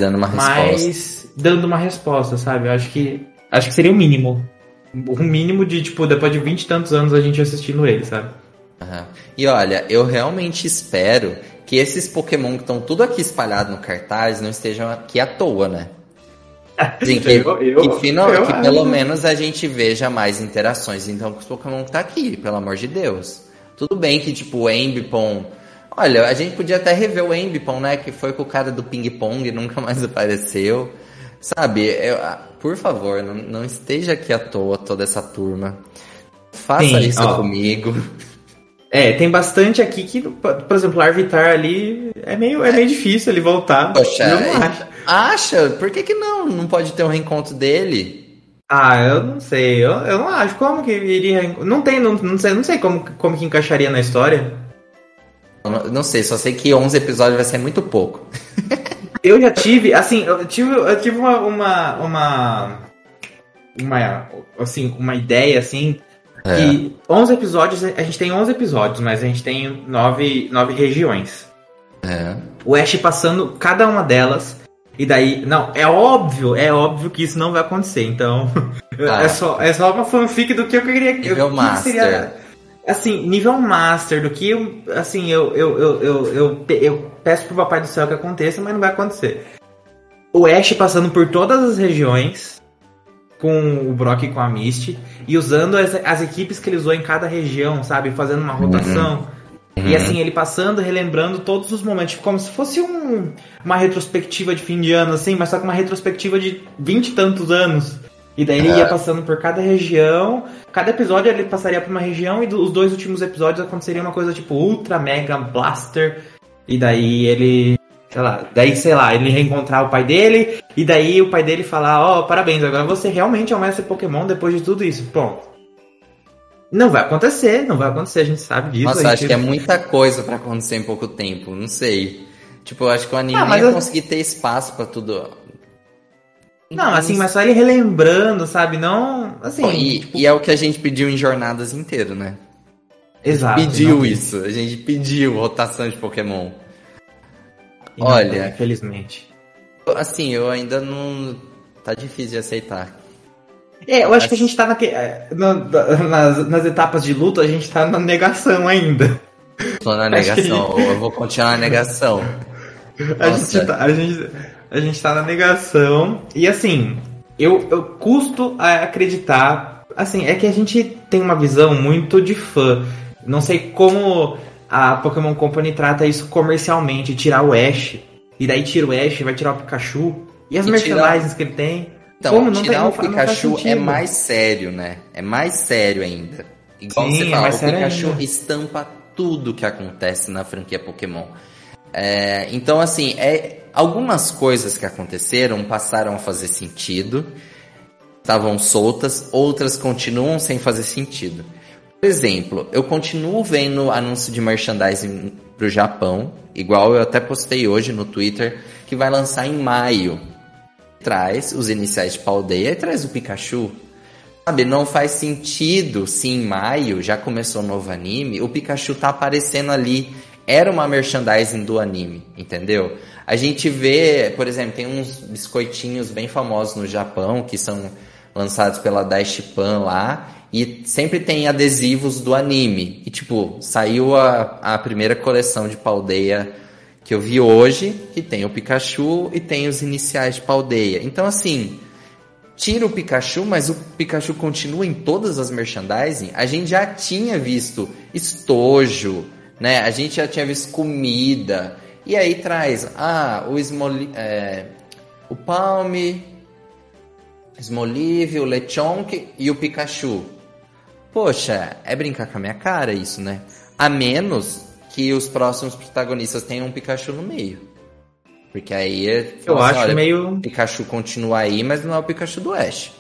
mas dando uma resposta, sabe? Eu acho que seria o mínimo. O mínimo de, tipo, depois de 20 e tantos anos a gente assistindo ele, sabe? Uhum. E olha, eu realmente espero que esses Pokémon que estão tudo aqui espalhados no cartaz não estejam aqui à toa, né? Assim, que pelo menos a gente veja mais interações então com os Pokémon que tá aqui, pelo amor de Deus. Tudo bem que, tipo, o Ambipom... Olha, a gente podia até rever o Ambipom, né? Que foi com o cara do ping-pong e nunca mais apareceu. Sabe, por favor, não esteja aqui à toa toda essa turma. Faça isso comigo. Tem bastante aqui que, por exemplo, o Larvitar ali é meio difícil ele voltar. Poxa, eu não acho. Acha? Por que não? Não pode ter um reencontro dele? Eu não sei. Eu não acho. Como que iria... Não sei como que encaixaria na história. Não sei, só sei que 11 episódios vai ser muito pouco. Eu já tive, assim, eu tive uma ideia, assim, que 11 episódios, a gente tem 11 episódios, mas a gente tem 9 regiões. O Ash passando cada uma delas, e daí, não, é óbvio que isso não vai acontecer, então, é só uma fanfic do que eu queria, nível master. Seria, assim, nível master, do que, assim, eu peço pro Papai do Céu que aconteça, mas não vai acontecer. O Ash passando por todas as regiões, com o Brock e com a Misty, e usando as equipes que ele usou em cada região, sabe? Fazendo uma rotação. E assim, ele passando, relembrando todos os momentos, como se fosse uma retrospectiva de fim de ano, assim, mas só que uma retrospectiva de 20 e tantos anos. E daí ele ia passando por cada região, cada episódio ele passaria por uma região, e os 2 últimos episódios aconteceria uma coisa tipo Ultra Mega Blaster, e daí ele, sei lá, ele reencontrar o pai dele, e daí o pai dele falar, parabéns, agora você realmente é um mestre Pokémon depois de tudo isso, pronto. Não vai acontecer, a gente sabe disso. Nossa, acho que é muita coisa pra acontecer em pouco tempo, não sei. Tipo, eu acho que o anime ia conseguir ter espaço pra tudo. Não, assim, mas só ele relembrando, sabe? Não, assim... E é o que a gente pediu em Jornadas inteiro, né? Exato. A gente pediu rotação de Pokémon. Olha... Infelizmente. Assim, eu ainda não... Tá difícil de aceitar. Eu acho que a gente tá nas etapas de luta, a gente tá na negação ainda. Tô na negação, eu vou continuar na negação. A gente tá na negação. E assim, eu custo a acreditar. Assim, é que a gente tem uma visão muito de fã. Não sei como a Pokémon Company trata isso comercialmente. Tirar o Ash. E daí tira o Ash, vai tirar o Pikachu. E as merchandising que ele tem. Então, como tirar o Pikachu é mais sério, né? É mais sério ainda. Igual você fala, o Pikachu ainda estampa tudo que acontece na franquia Pokémon. Então, assim, algumas coisas que aconteceram passaram a fazer sentido, estavam soltas, outras continuam sem fazer sentido. Por exemplo, eu continuo vendo anúncio de merchandising pro Japão, igual eu até postei hoje no Twitter, que vai lançar em maio. Traz os iniciais de Paldea e traz o Pikachu. Sabe, não faz sentido se em maio já começou o novo anime, o Pikachu tá aparecendo ali. Era uma merchandising do anime, entendeu? A gente vê, por exemplo, tem uns biscoitinhos bem famosos no Japão, que são lançados pela Daishipan lá, e sempre tem adesivos do anime. E tipo, saiu a primeira coleção de Paldea que eu vi hoje, que tem o Pikachu e tem os iniciais de Paldea. Então assim, tira o Pikachu, mas o Pikachu continua em todas as merchandising. A gente já tinha visto estojo, né? A gente já tinha visto comida. E aí traz, o Palme, Smoliv, o Lechonk e o Pikachu. Poxa, é brincar com a minha cara isso, né? A menos que os próximos protagonistas tenham um Pikachu no meio. Porque aí eu acho olha, meio... o Pikachu continua aí, mas não é o Pikachu do Ash.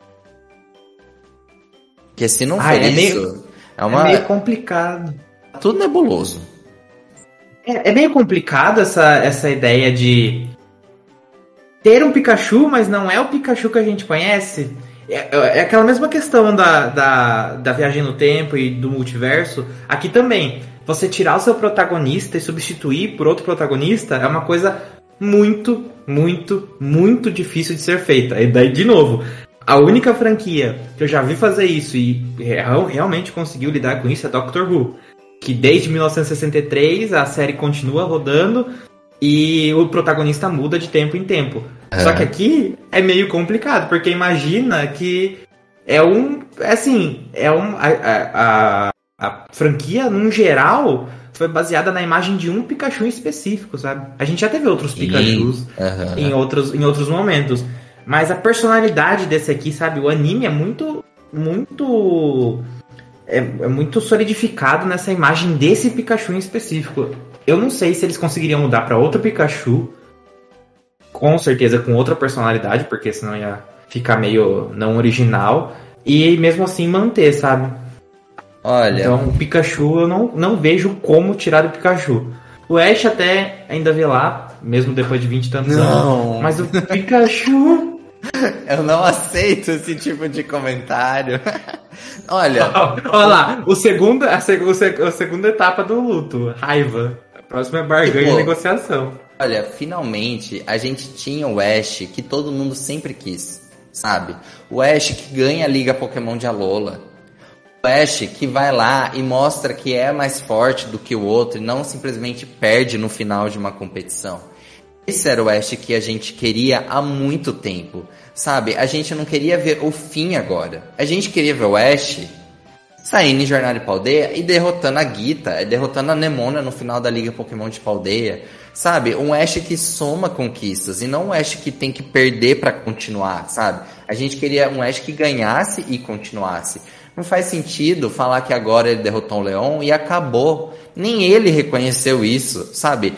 Porque se não for isso... É meio complicado. Tudo nebuloso. É meio complicado essa ideia de ter um Pikachu, mas não é o Pikachu que a gente conhece. É aquela mesma questão da viagem no tempo e do multiverso. Aqui também, você tirar o seu protagonista e substituir por outro protagonista é uma coisa muito, muito, muito difícil de ser feita. E daí, de novo, a única franquia que eu já vi fazer isso e realmente conseguiu lidar com isso é Doctor Who. Que desde 1963 a série continua rodando e o protagonista muda de tempo em tempo. Só que aqui é meio complicado, porque imagina que a franquia, num geral, foi baseada na imagem de um Pikachu em específico, sabe? A gente já teve outros Pikachus em outros momentos. Mas a personalidade desse aqui, sabe? O anime é muito solidificado nessa imagem desse Pikachu em específico. Eu não sei se eles conseguiriam mudar para outro Pikachu, com certeza com outra personalidade, porque senão ia ficar meio não original, e mesmo assim manter, sabe? Olha... Então o Pikachu eu não vejo como tirar do Pikachu. O Ash até ainda vê lá, mesmo depois de 20 e tantos anos, mas o Pikachu... Eu não aceito esse tipo de comentário. Olha... Olha lá, a segunda etapa do luto, raiva. A próxima é barganha e negociação. Olha, finalmente a gente tinha o Ash que todo mundo sempre quis, sabe? O Ash que ganha a Liga Pokémon de Alola. O Ash que vai lá e mostra que é mais forte do que o outro e não simplesmente perde no final de uma competição. Esse era o Ash que a gente queria há muito tempo, sabe? A gente não queria ver o fim agora. A gente queria ver o Ash saindo em Jornada de Paldea e derrotando a Gita, derrotando a Nemona no final da Liga Pokémon de Paldea. Sabe? Um Ash que soma conquistas e não um Ash que tem que perder pra continuar, sabe? A gente queria um Ash que ganhasse e continuasse. Não faz sentido falar que agora ele derrotou o Leon e acabou. Nem ele reconheceu isso, sabe?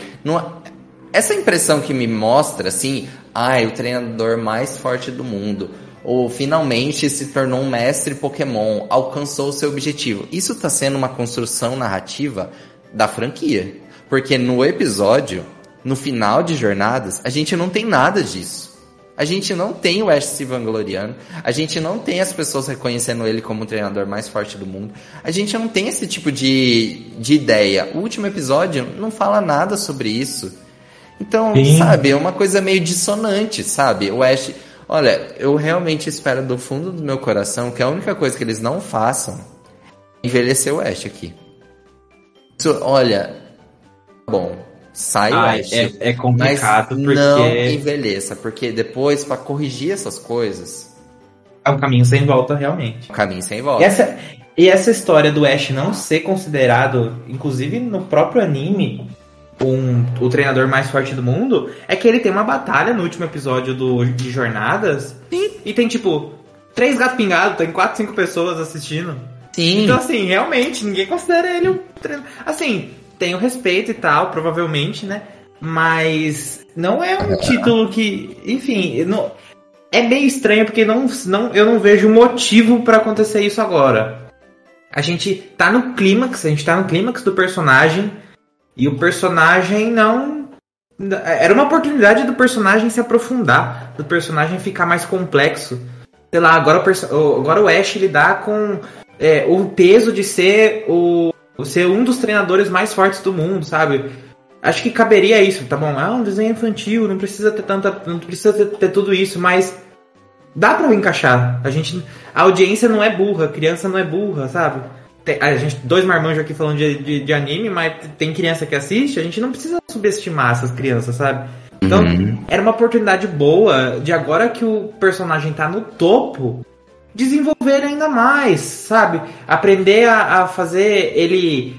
Essa impressão que me mostra, assim, o treinador mais forte do mundo, ou finalmente se tornou um mestre Pokémon, alcançou o seu objetivo. Isso tá sendo uma construção narrativa da franquia. Porque no episódio, no final de Jornadas, a gente não tem nada disso. A gente não tem o Ash se vangloriando. A gente não tem as pessoas reconhecendo ele como o treinador mais forte do mundo. A gente não tem esse tipo de ideia. O último episódio não fala nada sobre isso. Então, sabe, é uma coisa meio dissonante, sabe? O Ash... Olha, eu realmente espero do fundo do meu coração que a única coisa que eles não façam é envelhecer o Ash aqui. Isso, olha... Bom, sai o Ash. É complicado, mas porque... não envelheça, porque depois, pra corrigir essas coisas... É um caminho sem volta, realmente. Um caminho sem volta. E essa história do Ash não ser considerado, inclusive no próprio anime, o treinador mais forte do mundo, é que ele tem uma batalha no último episódio de Jornadas, e tem, tipo, 3 gatos pingados, tem 4, 5 pessoas assistindo. Sim. Então, assim, realmente, ninguém considera ele um treinador... Assim... Tem o respeito e tal, provavelmente, né? Mas não é um título que... Enfim, não, é meio estranho porque eu não vejo motivo pra acontecer isso agora. a gente tá no clímax do personagem, e o personagem não... Era uma oportunidade do personagem se aprofundar, do personagem ficar mais complexo. Sei lá, agora o Ash lidar com o peso de ser um dos treinadores mais fortes do mundo, sabe? Acho que caberia isso, tá bom? Um desenho infantil, não precisa ter tudo isso, mas dá pra encaixar. A audiência não é burra, a criança não é burra, sabe? A gente, 2 marmanjos aqui falando de anime, mas tem criança que assiste, a gente não precisa subestimar essas crianças, sabe? Então, era uma oportunidade boa de, agora que o personagem tá no topo, desenvolver ainda mais, sabe? Aprender a fazer ele...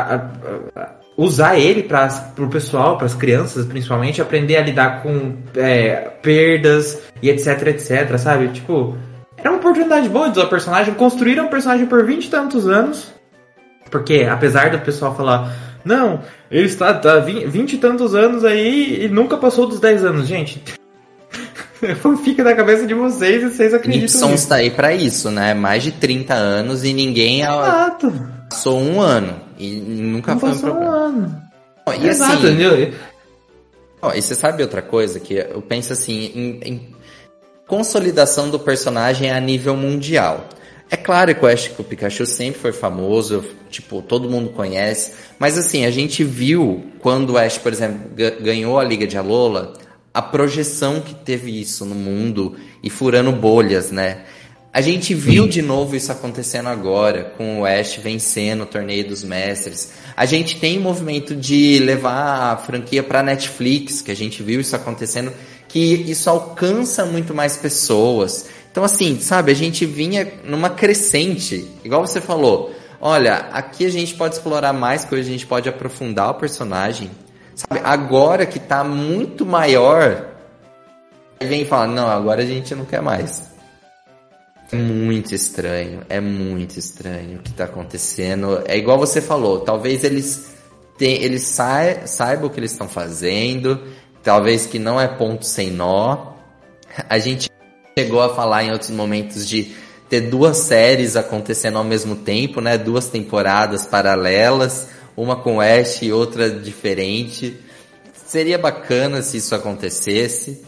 usar ele pro pessoal, pras crianças principalmente, aprender a lidar com perdas e etc, sabe? Tipo, era uma oportunidade boa de usar o personagem, construíram um personagem por 20 e tantos anos, porque apesar do pessoal falar, não, ele está 20 e tantos anos aí e nunca passou dos 10 anos, gente. Fica na cabeça de vocês e vocês acreditam nisso. Nixon está aí pra isso, né? Mais de 30 anos e ninguém passou um ano. E nunca foi um problema. Um ano. E exato, assim, entendeu? E você sabe outra coisa? Que eu penso assim, em consolidação do personagem a nível mundial. É claro que eu acho que o Pikachu sempre foi famoso, tipo, todo mundo conhece. Mas assim, a gente viu quando o Ash, por exemplo, ganhou a Liga de Alola, a projeção que teve isso no mundo e furando bolhas, né? A gente viu de novo isso acontecendo agora, com o Ash vencendo o Torneio dos Mestres. A gente tem o movimento de levar a franquia pra Netflix, que a gente viu isso acontecendo, que isso alcança muito mais pessoas. Então assim, sabe, a gente vinha numa crescente, igual você falou. Olha, aqui a gente pode explorar mais coisas, a gente pode aprofundar o personagem. Sabe, agora que tá muito maior, aí vem e fala, não, agora a gente não quer mais. É muito estranho o que tá acontecendo. É igual você falou, talvez eles saibam o que eles estão fazendo, talvez que não é ponto sem nó. A gente chegou a falar em outros momentos de ter 2 séries acontecendo ao mesmo tempo, né? 2 temporadas paralelas, uma com Ash e outra diferente. Seria bacana se isso acontecesse.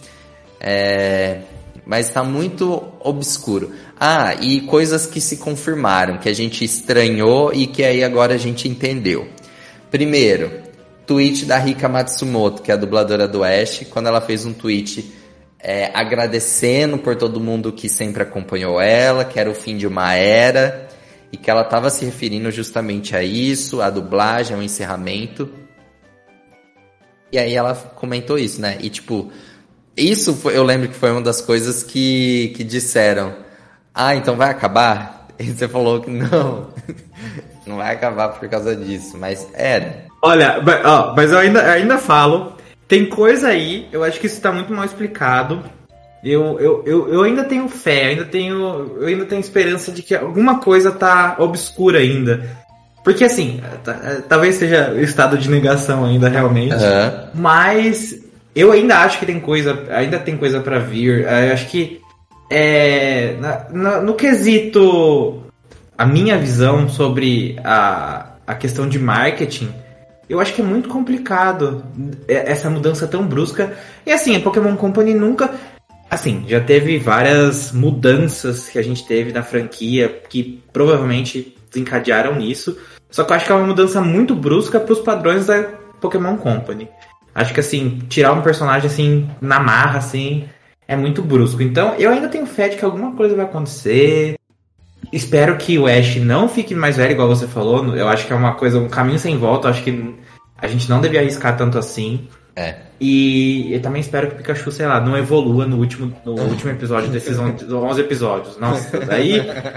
Mas está muito obscuro. E coisas que se confirmaram, que a gente estranhou e que aí agora a gente entendeu. Primeiro, tweet da Rika Matsumoto, que é a dubladora do Ash, quando ela fez um tweet agradecendo por todo mundo que sempre acompanhou ela, que era o fim de uma era, e que ela estava se referindo justamente a isso, a dublagem, ao encerramento. E aí ela comentou isso, né? E tipo... eu lembro que foi uma das coisas que disseram. Então vai acabar? E você falou que não vai acabar por causa disso, mas era. Olha, mas eu ainda falo, tem coisa aí, eu acho que isso tá muito mal explicado. Eu ainda tenho fé, eu ainda tenho esperança de que alguma coisa tá obscura ainda. Porque assim, talvez seja o estado de negação ainda realmente, mas... eu ainda acho que ainda tem coisa pra vir. Eu acho que no quesito, a minha visão sobre a questão de marketing, eu acho que é muito complicado essa mudança tão brusca. E assim, a Pokémon Company nunca... assim, já teve várias mudanças que a gente teve na franquia que provavelmente desencadearam nisso. Só que eu acho que é uma mudança muito brusca pros padrões da Pokémon Company. Acho que, assim, tirar um personagem, assim, na marra, assim, é muito brusco. Então, eu ainda tenho fé de que alguma coisa vai acontecer. Espero que o Ash não fique mais velho, igual você falou. Eu acho que é uma coisa, um caminho sem volta. Eu acho que a gente não devia arriscar tanto assim. E eu também espero que o Pikachu, sei lá, não evolua no último episódio desses 11 episódios. Daí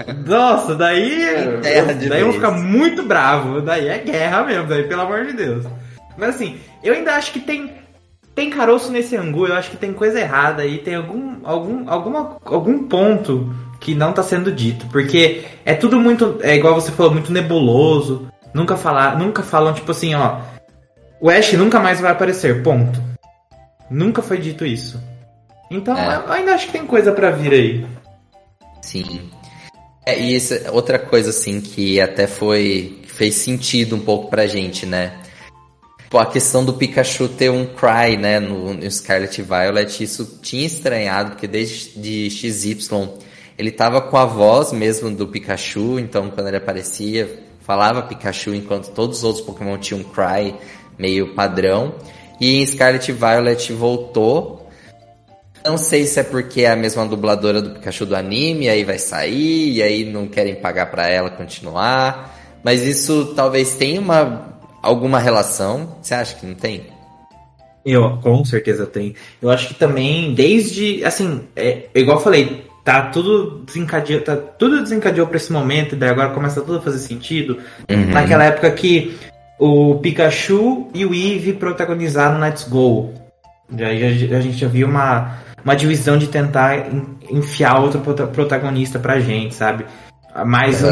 eu vou ficar muito bravo. Daí é guerra mesmo, daí, pelo amor de Deus. Mas assim, eu ainda acho que tem caroço nesse angu, eu acho que tem coisa errada aí, tem algum ponto que não tá sendo dito, porque é tudo muito, igual você falou, muito nebuloso, nunca falam tipo assim, o Ash nunca mais vai aparecer, ponto. Nunca foi dito isso. Então eu ainda acho que tem coisa pra vir aí. Sim. E isso é outra coisa, assim, que até fez sentido um pouco pra gente, né? Pô, a questão do Pikachu ter um cry, né, no Scarlet Violet, isso tinha estranhado, porque desde XY ele tava com a voz mesmo do Pikachu, então quando ele aparecia, falava Pikachu, enquanto todos os outros Pokémon tinham um cry meio padrão. E em Scarlet Violet voltou. Não sei se é porque é a mesma dubladora do Pikachu do anime, aí vai sair, e aí não querem pagar pra ela continuar. Mas isso talvez tenha alguma relação. Você acha que não tem? Eu, com certeza tem. Eu acho que também, desde, assim, igual eu falei, tudo desencadeou pra esse momento, e daí agora começa tudo a fazer sentido. Uhum. Naquela época que o Pikachu e o Eevee protagonizaram Let's Go. A gente já viu uma divisão de tentar enfiar outro protagonista pra gente, sabe? Mais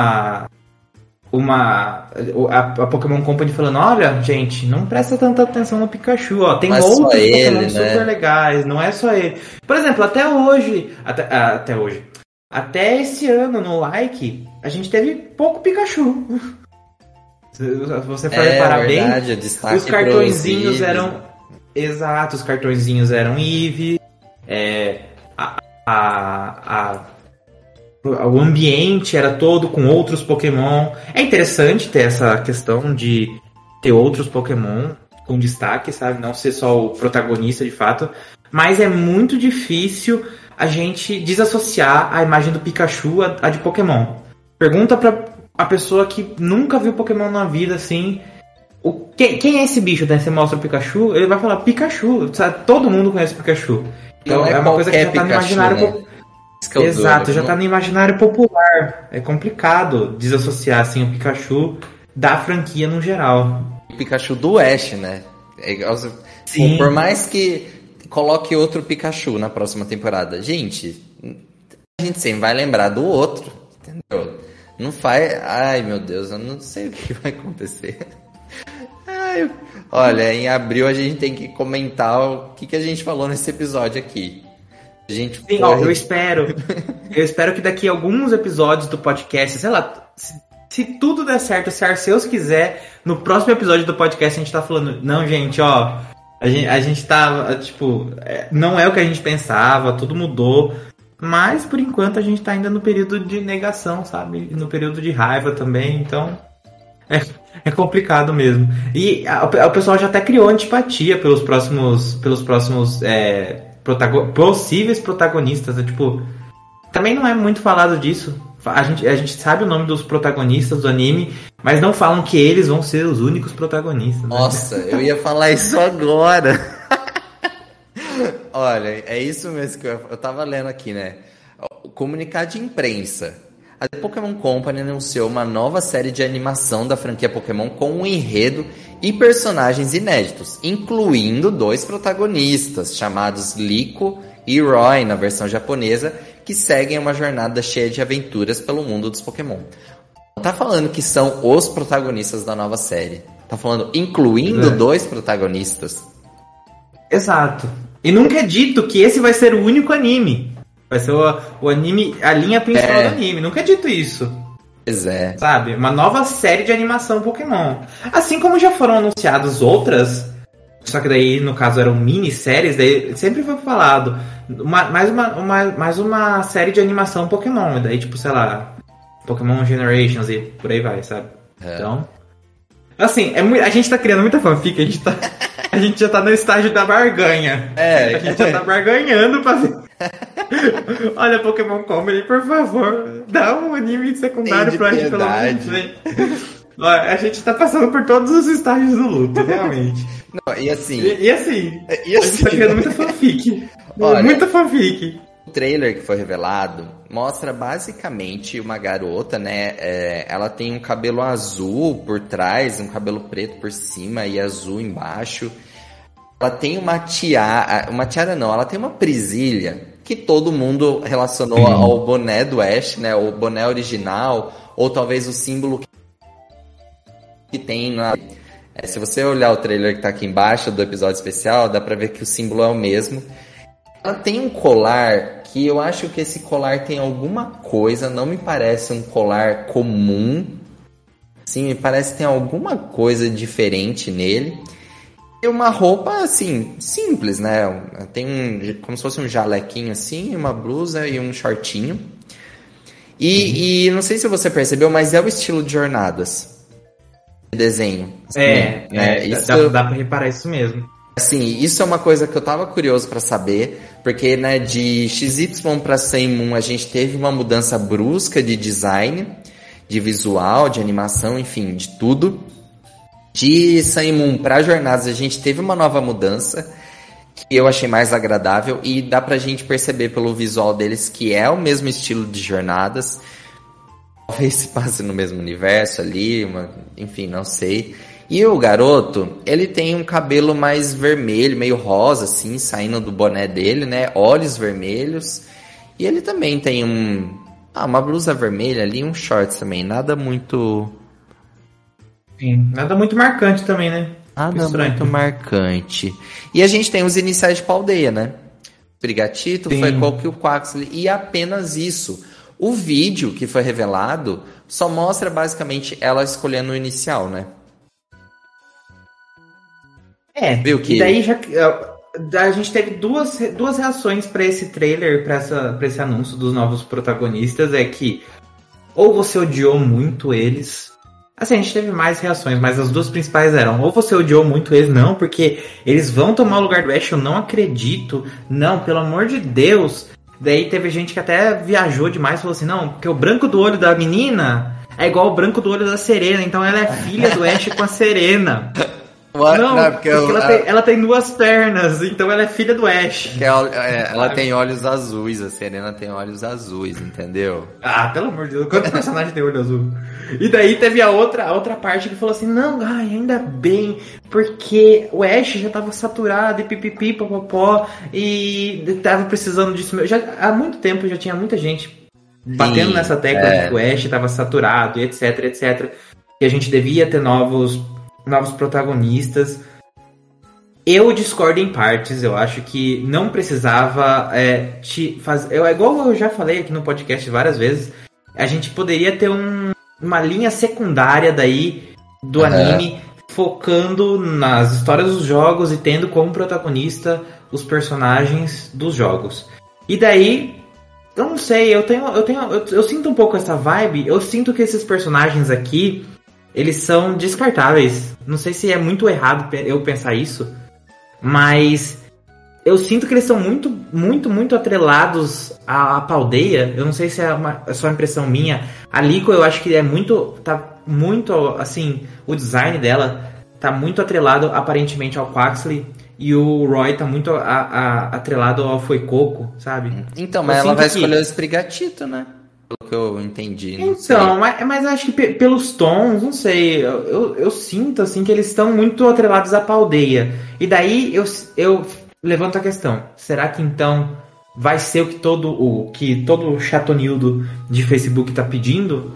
a Pokémon Company falando, olha, gente, não presta tanta atenção no Pikachu, ó, tem outros Pokémon super legais, não é só ele. Por exemplo, até esse ano no Like, a gente teve pouco Pikachu. Se você for reparar verdade, bem, os cartõezinhos eram... Exato, os cartõezinhos eram Eevee, o ambiente era todo com outros Pokémon. É interessante ter essa questão de ter outros Pokémon com destaque, sabe? Não ser só o protagonista de fato. Mas é muito difícil a gente desassociar a imagem do Pikachu a de Pokémon. Pergunta pra a pessoa que nunca viu Pokémon na vida, assim... Quem é esse bicho, né? Você mostra o Pikachu, ele vai falar Pikachu. Sabe? Todo mundo conhece o Pikachu. Então é uma coisa que já tá no imaginário... Né? Exato, já tá no imaginário popular. É complicado desassociar assim, o Pikachu da franquia no geral. O Pikachu do Ash, né? Sim. Por mais que coloque outro Pikachu na próxima temporada, gente, a gente sempre vai lembrar do outro, entendeu? Não faz... Ai, meu Deus, eu não sei o que vai acontecer. Olha, em abril a gente tem que comentar o que a gente falou nesse episódio aqui. Sim, eu espero que daqui a alguns episódios do podcast, sei lá, se tudo der certo, se Arceus quiser, no próximo episódio do podcast a gente tá falando, não, gente, ó, a gente tá, tipo, não é o que a gente pensava, tudo mudou, mas por enquanto a gente tá ainda no período de negação, sabe? No período de raiva também, então é complicado mesmo. E o pessoal já até criou antipatia pelos próximos possíveis protagonistas, né? Tipo, também não é muito falado disso. A gente sabe o nome dos protagonistas do anime, mas não falam que eles vão ser os únicos protagonistas. Né? Nossa, eu ia falar isso agora. Olha, é isso mesmo que eu tava lendo aqui, né? O comunicado de imprensa. A Pokémon Company anunciou uma nova série de animação da franquia Pokémon com um enredo e personagens inéditos, incluindo 2 protagonistas, chamados Liko e Roy, na versão japonesa, que seguem uma jornada cheia de aventuras pelo mundo dos Pokémon. Não tá falando que são os protagonistas da nova série. Tá falando incluindo 2 protagonistas. Exato. E nunca é dito que esse vai ser o único anime. Vai ser o anime, a linha principal do anime. Nunca é dito isso. Pois é. Sabe? Uma nova série de animação Pokémon. Assim como já foram anunciadas outras, só que daí, no caso, eram minisséries, daí sempre foi falado mais uma série de animação Pokémon. E daí, tipo, sei lá, Pokémon Generations e por aí vai, sabe? Então... Assim, a gente tá criando muita fanfic, a gente já tá no estágio da barganha. A gente já tá barganhando pra ver. Olha, Pokémon Company, por favor, dá um anime secundário pra gente, pelo menos. A gente tá passando por todos os estágios do luto, realmente. Não, e assim... E assim, a gente tá criando muita fanfic. Olha, muita fanfic. O trailer que foi revelado mostra basicamente uma garota, né? Ela tem um cabelo azul por trás, um cabelo preto por cima e azul embaixo. Ela tem uma tiara não, ela tem uma presilha que todo mundo relacionou ao boné do Ash, né? O boné original, ou talvez o símbolo que tem na... se você olhar o trailer que tá aqui embaixo do episódio especial, dá pra ver que o símbolo é o mesmo. Ela tem um colar que eu acho que esse colar tem alguma coisa, não me parece um colar comum. Sim, me parece que tem alguma coisa diferente nele. E uma roupa, assim, simples, né? Tem como se fosse um jalequinho assim, uma blusa e um shortinho. E não sei se você percebeu, mas é o estilo de jornadas de desenho. Assim, isso... dá pra reparar isso mesmo. Assim, isso é uma coisa que eu tava curioso pra saber, porque, né, de XY pra Sailor Moon a gente teve uma mudança brusca de design, de visual, de animação, enfim, de tudo. De Sailor Moon pra Jornadas a gente teve uma nova mudança, que eu achei mais agradável, e dá pra gente perceber pelo visual deles que é o mesmo estilo de Jornadas. Talvez se passe no mesmo universo ali, enfim, não sei. E o garoto, ele tem um cabelo mais vermelho, meio rosa, assim, saindo do boné dele, né? Olhos vermelhos. E ele também tem uma blusa vermelha ali, um shorts também. Nada muito... Sim, nada muito marcante também, né? Nada muito marcante. E a gente tem os iniciais de Paldeia, né? Brigatito, Fuecoco e o Quaxley. E apenas isso. O vídeo que foi revelado só mostra basicamente ela escolhendo o inicial, né? Viu que... E daí já a gente teve duas reações para esse trailer, para esse anúncio dos novos protagonistas. É que ou você odiou muito eles. Assim, a gente teve mais reações, mas as duas principais eram: ou você odiou muito eles, não, porque eles vão tomar o lugar do Ash, eu não acredito. Não, pelo amor de Deus. Daí teve gente que até viajou demais e falou assim: não, porque o branco do olho da menina é igual o branco do olho da Serena, então ela é filha do Ash com a Serena. Não, porque ela tem duas pernas, então ela é filha do Ash. Ela tem olhos azuis, a Serena tem olhos azuis, entendeu? Ah, pelo amor de Deus, quanto personagem tem olho azul? E daí teve a outra parte que falou assim: não, ainda bem, porque o Ash já tava saturado e pipipi, popopó, e tava precisando disso. Há muito tempo já tinha muita gente batendo nessa tecla de que o Ash tava saturado, e etc, etc. Que a gente devia ter novos protagonistas. Eu discordo em partes. Eu acho que não precisava igual eu já falei aqui no podcast várias vezes, a gente poderia ter uma linha secundária daí do anime, focando nas histórias dos jogos e tendo como protagonista os personagens dos jogos. E daí, eu não sei, eu sinto um pouco essa vibe. Eu sinto que esses personagens aqui, eles são descartáveis. Não sei se é muito errado eu pensar isso, mas eu sinto que eles são muito, muito, muito atrelados à Paldeia. Eu não sei se é só impressão minha. A Liko, eu acho que tá muito, assim, o design dela tá muito atrelado aparentemente ao Quaxley, e o Roy tá muito atrelado ao Fuecoco, sabe? Então, mas ela vai escolher o Sprigatito, né? Pelo que eu entendi. Então, mas acho que pelos tons, não sei, eu sinto assim que eles estão muito atrelados à Paldeia. E daí eu levanto a questão: será que então vai ser o que todo chatonildo de Facebook tá pedindo?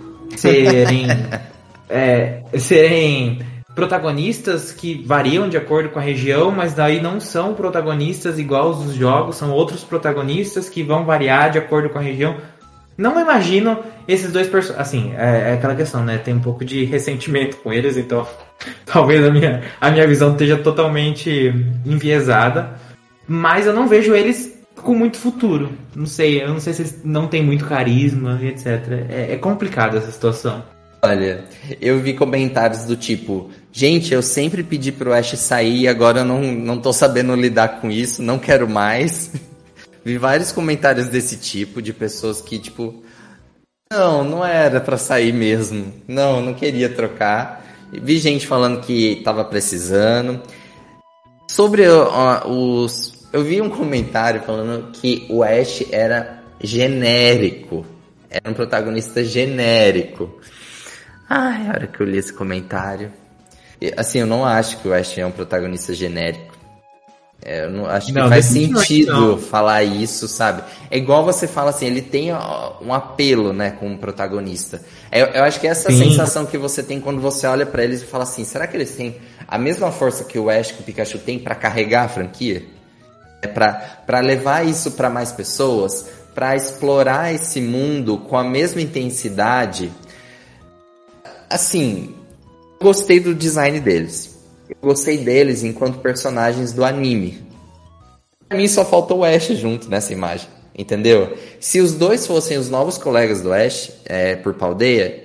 Serem protagonistas que variam de acordo com a região, mas daí não são protagonistas igual os dos jogos, são outros protagonistas que vão variar de acordo com a região. Não imagino esses dois personagens. Assim, é aquela questão, né? Tem um pouco de ressentimento com eles, então talvez a minha visão esteja totalmente enviesada. Mas eu não vejo eles com muito futuro. Não sei, eu não sei se eles não têm muito carisma, etc. É complicado essa situação. Olha, eu vi comentários do tipo: gente, eu sempre pedi pro Ash sair e agora eu não tô sabendo lidar com isso, não quero mais. Vi vários comentários desse tipo, de pessoas que, tipo, não era pra sair mesmo. Não queria trocar. Vi gente falando que tava precisando. Sobre eu vi um comentário falando que o Ash era genérico. Era um protagonista genérico. Ai, a hora que eu li esse comentário. Assim, eu não acho que o Ash é um protagonista genérico. Eu não acho que faz sentido falar isso, sabe? É igual você fala assim, ele tem um apelo, né, como protagonista. Eu acho que essa sensação que você tem quando você olha pra eles e fala assim: será que eles têm a mesma força que o Ash, que o Pikachu tem pra carregar a franquia? Pra levar isso pra mais pessoas, para explorar esse mundo com a mesma intensidade. Assim, gostei do design deles. Eu gostei deles enquanto personagens do anime. Pra mim só faltou o Ash junto nessa imagem, entendeu? Se os dois fossem os novos colegas do Ash, por Paldea,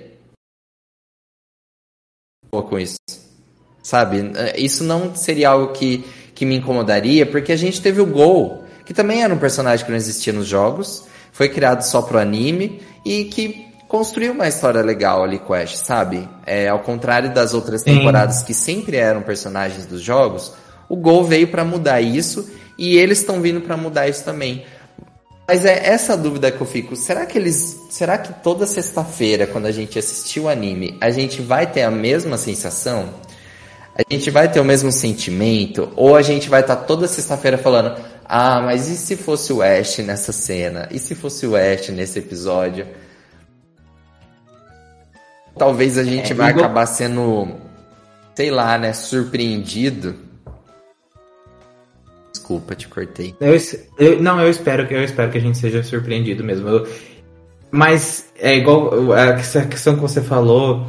com isso, sabe? Isso não seria algo que me incomodaria, porque a gente teve o Gol, que também era um personagem que não existia nos jogos, foi criado só pro anime e que construiu uma história legal ali com o Ash, sabe? Ao contrário das outras temporadas que sempre eram personagens dos jogos, o Gol veio pra mudar isso e eles estão vindo pra mudar isso também. Mas é essa dúvida que eu fico, será que toda sexta-feira, quando a gente assistir o anime, a gente vai ter a mesma sensação? A gente vai ter o mesmo sentimento? Ou a gente vai estar toda sexta-feira falando, mas e se fosse o Ash nessa cena? E se fosse o Ash nesse episódio? Talvez a gente vai acabar sendo, sei lá, né, surpreendido. Desculpa, te cortei. Eu espero que a gente seja surpreendido mesmo. Mas é igual essa questão que você falou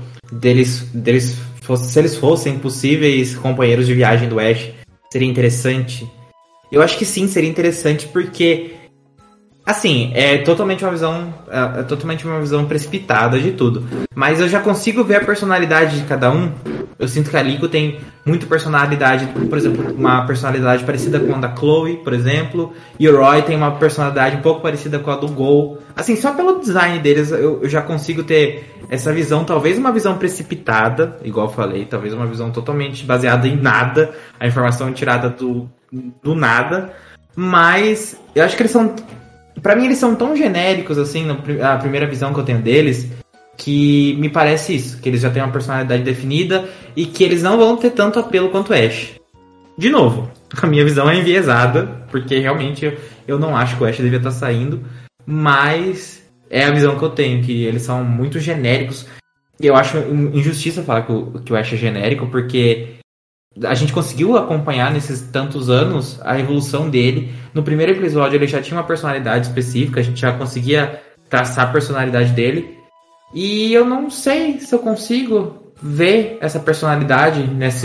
se eles fossem possíveis companheiros de viagem do Ash, seria interessante. Eu acho que sim, seria interessante porque, assim, é totalmente uma visão precipitada de tudo. Mas eu já consigo ver a personalidade de cada um. Eu sinto que a Liko tem muita personalidade, por exemplo, uma personalidade parecida com a da Chloe, por exemplo. E o Roy tem uma personalidade um pouco parecida com a do Gol. Assim, só pelo design deles eu já consigo ter essa visão, talvez uma visão precipitada, igual eu falei, talvez uma visão totalmente baseada em nada, a informação tirada do nada. Mas eu acho que eles são... Pra mim eles são tão genéricos, assim, a primeira visão que eu tenho deles, que me parece isso, que eles já têm uma personalidade definida e que eles não vão ter tanto apelo quanto Ash. De novo, a minha visão é enviesada, porque realmente eu não acho que o Ash devia estar saindo, mas é a visão que eu tenho, que eles são muito genéricos. E eu acho injustiça falar que o Ash é genérico, porque a gente conseguiu acompanhar nesses tantos anos a evolução dele. No primeiro episódio ele já tinha uma personalidade específica, a gente já conseguia traçar a personalidade dele. E eu não sei se eu consigo ver essa personalidade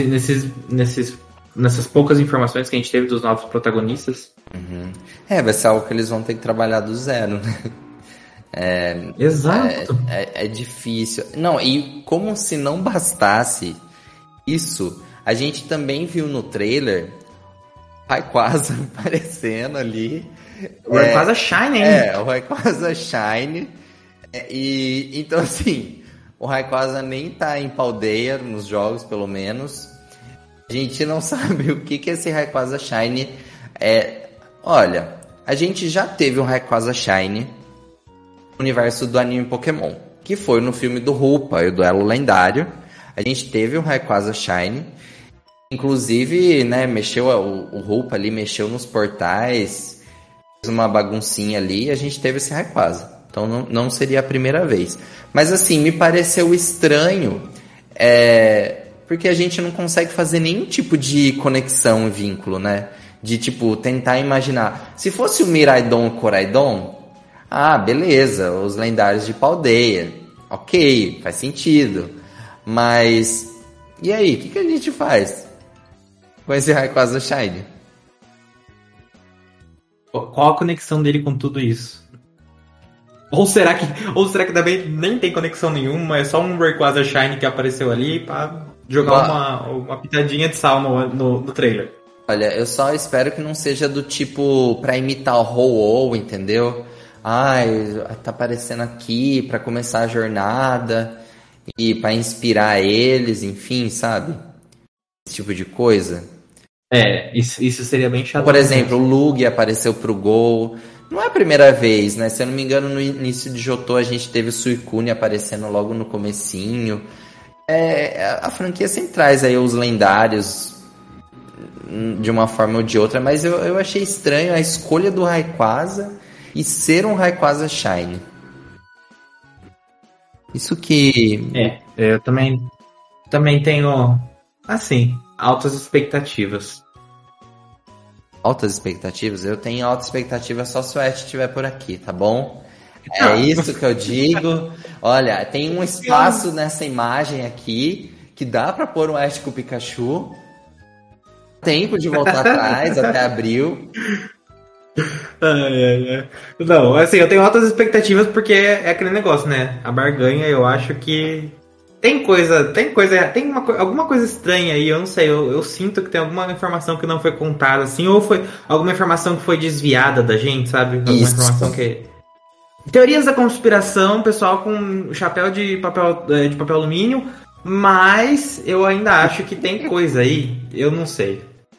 nessas poucas informações que a gente teve dos novos protagonistas. Uhum. Vai ser algo que eles vão ter que trabalhar do zero, né? Exato. É difícil. Não, e como se não bastasse isso, a gente também viu no trailer o Rayquaza aparecendo ali. O Rayquaza Shine, hein? O Rayquaza Shine. Então, assim, o Rayquaza nem tá em Paldea nos jogos, pelo menos. A gente não sabe o que esse Rayquaza Shine é. Olha, a gente já teve um Rayquaza Shine no universo do anime Pokémon, que foi no filme do Hoopa e o Duelo Lendário. A gente teve um Rayquaza Shine. Inclusive, né, o Hoopa ali mexeu nos portais, fez uma baguncinha ali e a gente teve esse Rayquaza. Então não seria a primeira vez. Mas assim, me pareceu estranho, porque a gente não consegue fazer nenhum tipo de conexão e vínculo, né? De tipo, tentar imaginar. Se fosse o Miraidon ou Coraidon, beleza, os lendários de Paldea. Ok, faz sentido. Mas, e aí, o que a gente faz com esse Rayquaza Shine? Qual a conexão dele com tudo isso? Ou será que também nem tem conexão nenhuma, é só um Rayquaza Shine que apareceu ali pra jogar uma pitadinha de sal no trailer? Olha, eu só espero que não seja do tipo pra imitar o Ho-Oh, entendeu? Tá aparecendo aqui pra começar a jornada e pra inspirar eles, enfim, sabe? Esse tipo de coisa. Isso seria bem chato. Por exemplo, o Lug apareceu pro Gol. Não é a primeira vez, né? Se eu não me engano, no início de Johto a gente teve o Suicune aparecendo logo no comecinho. A franquia sempre traz aí os lendários de uma forma ou de outra, mas eu achei estranho a escolha do Rayquaza e ser um Rayquaza Shine. Isso que... eu também tenho, assim, altas expectativas. Altas expectativas? Eu tenho alta expectativa só se o Ash estiver por aqui, tá bom? É isso que eu digo. Olha, tem um espaço nessa imagem aqui que dá pra pôr um Ash com o Pikachu. Tempo de voltar atrás, até abril. Não, assim, eu tenho altas expectativas porque é aquele negócio, né? A barganha, eu acho que tem alguma coisa estranha aí, eu não sei, eu sinto que tem alguma informação que não foi contada, assim, ou foi alguma informação que foi desviada da gente, sabe? Alguma informação que... Teorias da conspiração, pessoal com chapéu de papel alumínio, mas eu ainda acho que tem coisa aí, eu não sei.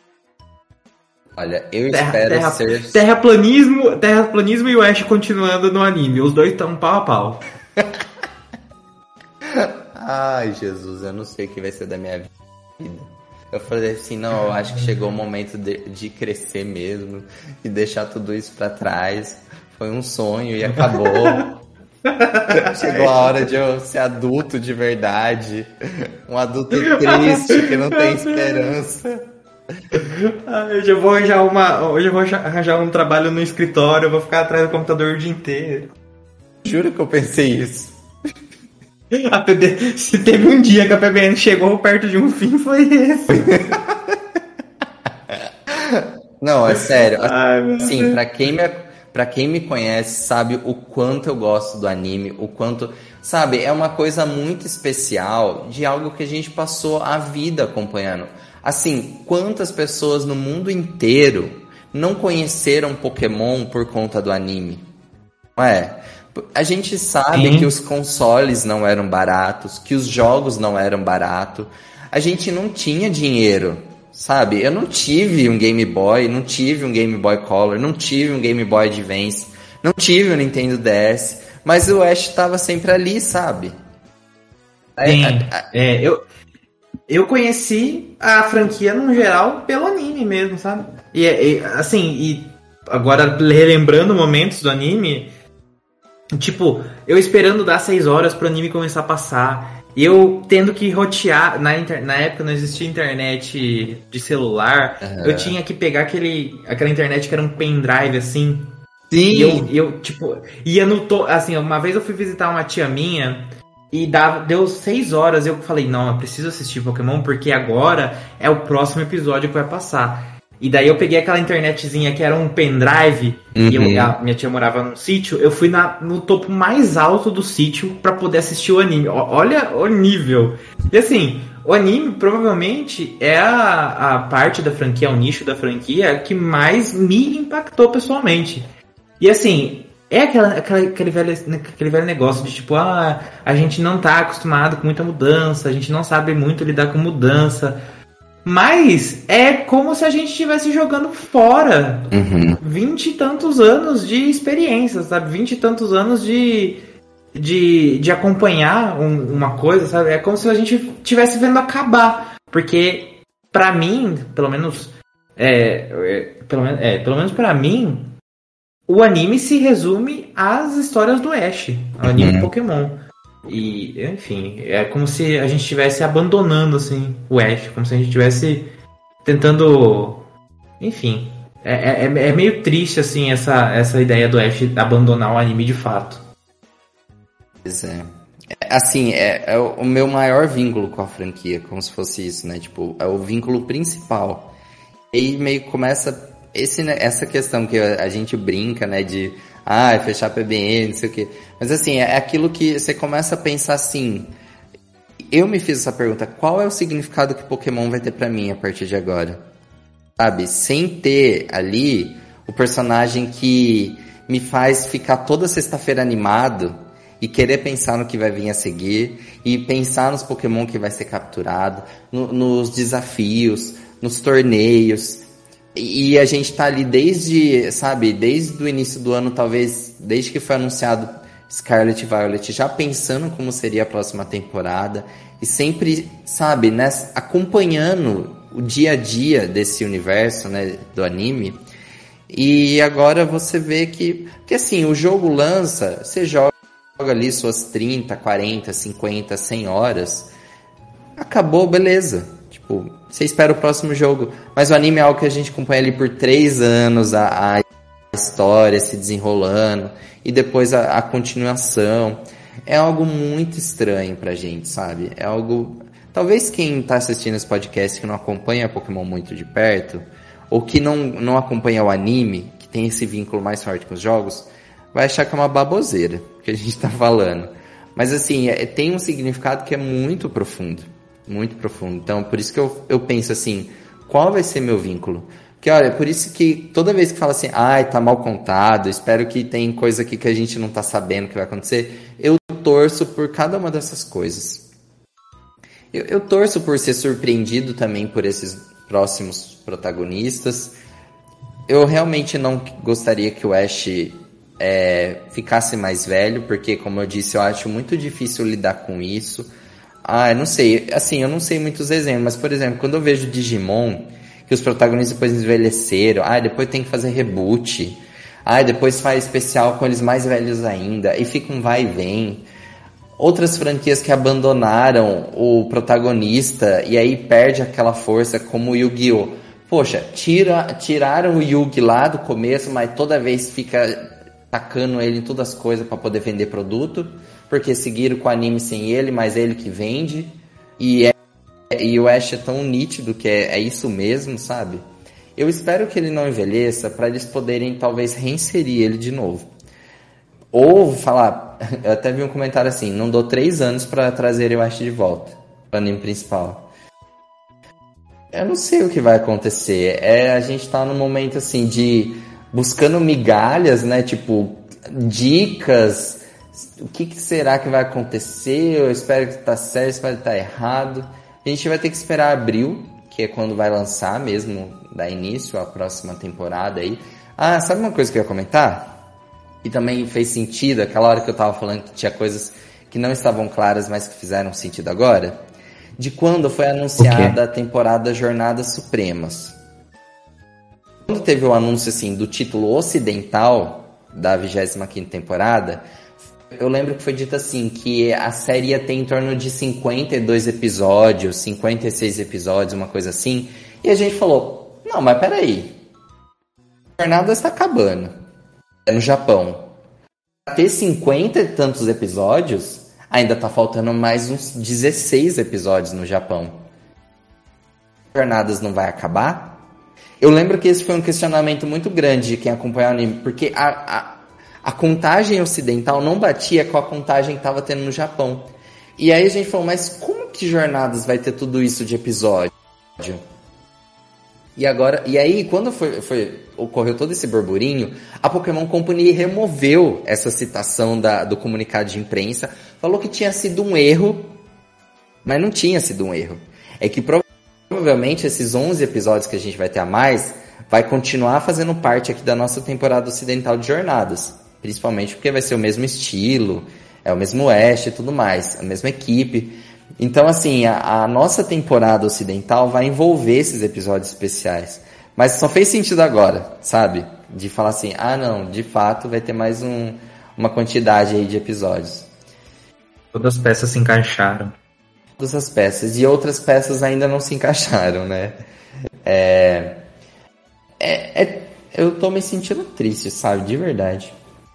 Olha, eu espero ser... Terraplanismo e o Ash continuando no anime. Os dois estão pau a pau. Ai, Jesus, eu não sei o que vai ser da minha vida. Eu falei assim, não, eu acho que chegou o momento de crescer mesmo e deixar tudo isso pra trás. Foi um sonho e acabou. Chegou a hora de eu ser adulto de verdade. Um adulto triste que não tem esperança. Hoje eu vou arranjar um trabalho no escritório, eu vou ficar atrás do computador o dia inteiro. Juro que eu pensei isso. Se teve um dia que a PBN chegou perto de um fim, foi esse. Não, é sério. Assim, pra quem me conhece, sabe o quanto eu gosto do anime, o quanto... Sabe, é uma coisa muito especial de algo que a gente passou a vida acompanhando. Assim, quantas pessoas no mundo inteiro não conheceram Pokémon por conta do anime? Não é? A gente sabe que os consoles não eram baratos, que os jogos não eram baratos. A gente não tinha dinheiro, sabe? Eu não tive um Game Boy, não tive um Game Boy Color, não tive um Game Boy Advance, não tive um Nintendo DS, mas o Ash estava sempre ali, sabe? Eu conheci a franquia, no geral, pelo anime mesmo, sabe? E agora, relembrando momentos do anime, tipo, eu esperando dar 6 horas pro anime começar a passar, eu tendo que rotear, na época não existia internet de celular, eu tinha que pegar aquela internet que era um pendrive, assim. Sim! E eu tipo, ia assim, uma vez eu fui visitar uma tia minha... E deu 6 horas, eu falei, não, eu preciso assistir Pokémon, porque agora é o próximo episódio que vai passar. E daí eu peguei aquela internetzinha que era um pendrive, e minha tia morava num sítio, eu fui no topo mais alto do sítio pra poder assistir o anime. Olha o nível. E assim, o anime provavelmente é a parte da franquia, o nicho da franquia que mais me impactou pessoalmente. E assim... É aquele velho negócio de tipo, a gente não tá acostumado com muita mudança, a gente não sabe muito lidar com mudança. Mas é como se a gente estivesse jogando fora 20 e tantos anos de experiência, sabe? 20 e tantos anos de acompanhar uma coisa, sabe? É como se a gente estivesse vendo acabar. Porque, pra mim, pelo menos pra mim, o anime se resume às histórias do Ash, o anime Pokémon. E, enfim, é como se a gente estivesse abandonando, assim, o Ash, como se a gente estivesse tentando... Enfim, é meio triste, assim, essa ideia do Ash abandonar o anime de fato. Pois é. Assim, é o meu maior vínculo com a franquia, como se fosse isso, né? Tipo, é o vínculo principal. E aí meio que começa... essa questão que a gente brinca, né, de fechar PBN, não sei o quê. Mas assim, é aquilo que você começa a pensar assim, eu me fiz essa pergunta, qual é o significado que Pokémon vai ter pra mim a partir de agora? Sabe, sem ter ali o personagem que me faz ficar toda sexta-feira animado e querer pensar no que vai vir a seguir e pensar nos Pokémon que vai ser capturado, nos desafios, nos torneios. E a gente tá ali desde o início do ano, talvez, desde que foi anunciado Scarlet e Violet, já pensando como seria a próxima temporada. E sempre, sabe, acompanhando o dia a dia desse universo, né, do anime. E agora você vê que assim, o jogo lança, você joga ali suas 30, 40, 50, 100 horas. Acabou, beleza. Tipo, você espera o próximo jogo. Mas o anime é algo que a gente acompanha ali por 3 anos, a história se desenrolando, e depois a continuação. É algo muito estranho pra gente, sabe? É algo... Talvez quem tá assistindo esse podcast que não acompanha Pokémon muito de perto, ou que não acompanha o anime, que tem esse vínculo mais forte com os jogos, vai achar que é uma baboseira que a gente tá falando. Mas assim, tem um significado que é muito profundo. Muito profundo. Então, por isso que eu penso assim, qual vai ser meu vínculo? Porque, olha, por isso que toda vez que fala assim, ai, tá mal contado, espero que tem coisa aqui que a gente não tá sabendo que vai acontecer, eu torço por cada uma dessas coisas. Eu torço por ser surpreendido também por esses próximos protagonistas. Eu realmente não gostaria que o Ash ficasse mais velho, porque, como eu disse, eu acho muito difícil lidar com isso. Eu não sei, assim, eu não sei muitos exemplos, mas, por exemplo, quando eu vejo Digimon, que os protagonistas depois envelheceram, depois tem que fazer reboot, depois faz especial com eles mais velhos ainda, e fica um vai e vem. Outras franquias que abandonaram o protagonista e aí perde aquela força, como o Yu-Gi-Oh! Poxa, tiraram o Yugi lá do começo, mas toda vez fica tacando ele em todas as coisas para poder vender produto, porque seguiram com o anime sem ele, mas ele que vende. E o Ash é tão nítido que é isso mesmo, sabe? Eu espero que ele não envelheça para eles poderem talvez reinserir ele de novo. Ou falar, eu até vi um comentário assim, não dou 3 anos para trazer o Ash de volta, o anime principal. Eu não sei o que vai acontecer. A gente tá num momento assim de buscando migalhas, né? Tipo, dicas. O que será que vai acontecer? Eu espero que tá certo, espero que tá errado. A gente vai ter que esperar abril, que é quando vai lançar mesmo, dar início à próxima temporada aí. Sabe uma coisa que eu ia comentar? E também fez sentido, aquela hora que eu tava falando que tinha coisas que não estavam claras, mas que fizeram sentido agora. De quando foi anunciada a temporada Jornadas Supremas. Quando teve o anúncio assim, do título ocidental da 25ª temporada, eu lembro que foi dito assim, que a série ia ter em torno de 52 episódios, 56 episódios, uma coisa assim. E a gente falou, não, mas peraí, Jornadas está acabando. No Japão. Pra ter 50 e tantos episódios, ainda tá faltando mais uns 16 episódios no Japão. Jornadas não vai acabar? Eu lembro que esse foi um questionamento muito grande de quem acompanha o anime, porque a contagem ocidental não batia com a contagem que estava tendo no Japão. E aí a gente falou, mas como que Jornadas vai ter tudo isso de episódio? E aí, quando ocorreu todo esse burburinho, a Pokémon Company removeu essa citação do comunicado de imprensa, falou que tinha sido um erro, mas não tinha sido um erro. É que provavelmente esses 11 episódios que a gente vai ter a mais, vai continuar fazendo parte aqui da nossa temporada ocidental de Jornadas. Principalmente porque vai ser o mesmo estilo, é o mesmo Ash e tudo mais, a mesma equipe. Então, assim, a nossa temporada ocidental vai envolver esses episódios especiais. Mas só fez sentido agora, sabe? De falar assim, não, de fato vai ter mais uma quantidade aí de episódios. Todas as peças se encaixaram. Todas as peças. E outras peças ainda não se encaixaram, né? Eu tô me sentindo triste, sabe? De verdade.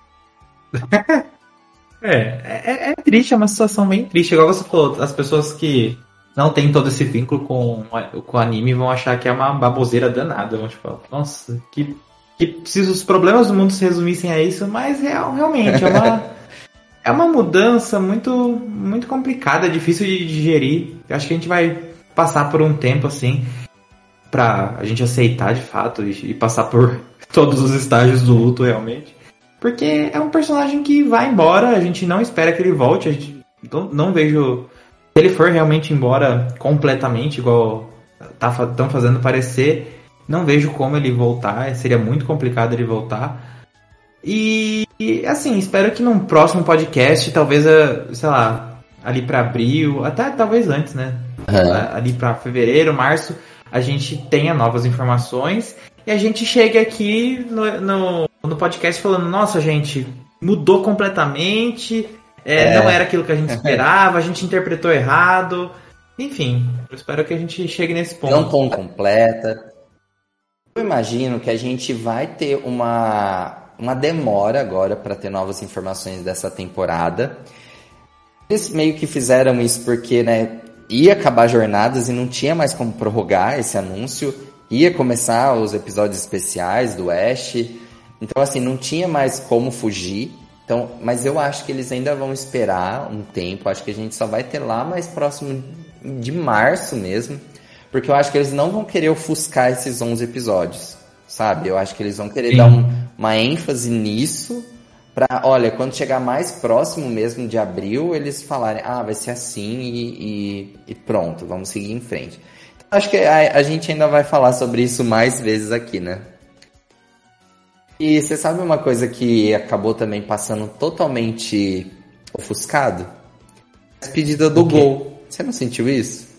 É triste, é uma situação bem triste. Igual você falou, as pessoas que não têm todo esse vínculo com o anime vão achar que é uma baboseira danada. Vão tipo, nossa, que se os problemas do mundo se resumissem a isso, mas realmente é uma mudança muito, muito complicada, difícil de digerir. Eu acho que a gente vai passar por um tempo assim pra a gente aceitar de fato e passar por todos os estágios do luto realmente. Porque é um personagem que vai embora, a gente não espera que ele volte, a gente não vejo... Se ele for realmente embora completamente, igual estão fazendo parecer, não vejo como ele voltar, seria muito complicado ele voltar. E assim, espero que num próximo podcast, talvez, sei lá, ali pra abril, até talvez antes, né? Ali pra fevereiro, março, a gente tenha novas informações e a gente chegue aqui no podcast falando, nossa, gente, mudou completamente, não era aquilo que a gente esperava, a gente interpretou errado, Enfim, eu espero que a gente chegue nesse ponto. Não tão completa. Eu imagino que a gente vai ter uma demora agora para ter novas informações dessa temporada. Eles meio que fizeram isso porque, né, ia acabar jornadas e não tinha mais como prorrogar esse anúncio. Ia começar os episódios especiais do Ash. Então, assim, não tinha mais como fugir. Então, mas eu acho que eles ainda vão esperar um tempo. Acho que a gente só vai ter lá mais próximo de março mesmo. Porque eu acho que eles não vão querer ofuscar esses 11 episódios, sabe? Eu acho que eles vão querer dar uma ênfase nisso. Pra, olha, quando chegar mais próximo mesmo de abril, eles falarem, vai ser assim e pronto, vamos seguir em frente. Então, acho que a gente ainda vai falar sobre isso mais vezes aqui, né? E você sabe uma coisa que acabou também passando totalmente ofuscado? A despedida do Gol. Você não sentiu isso?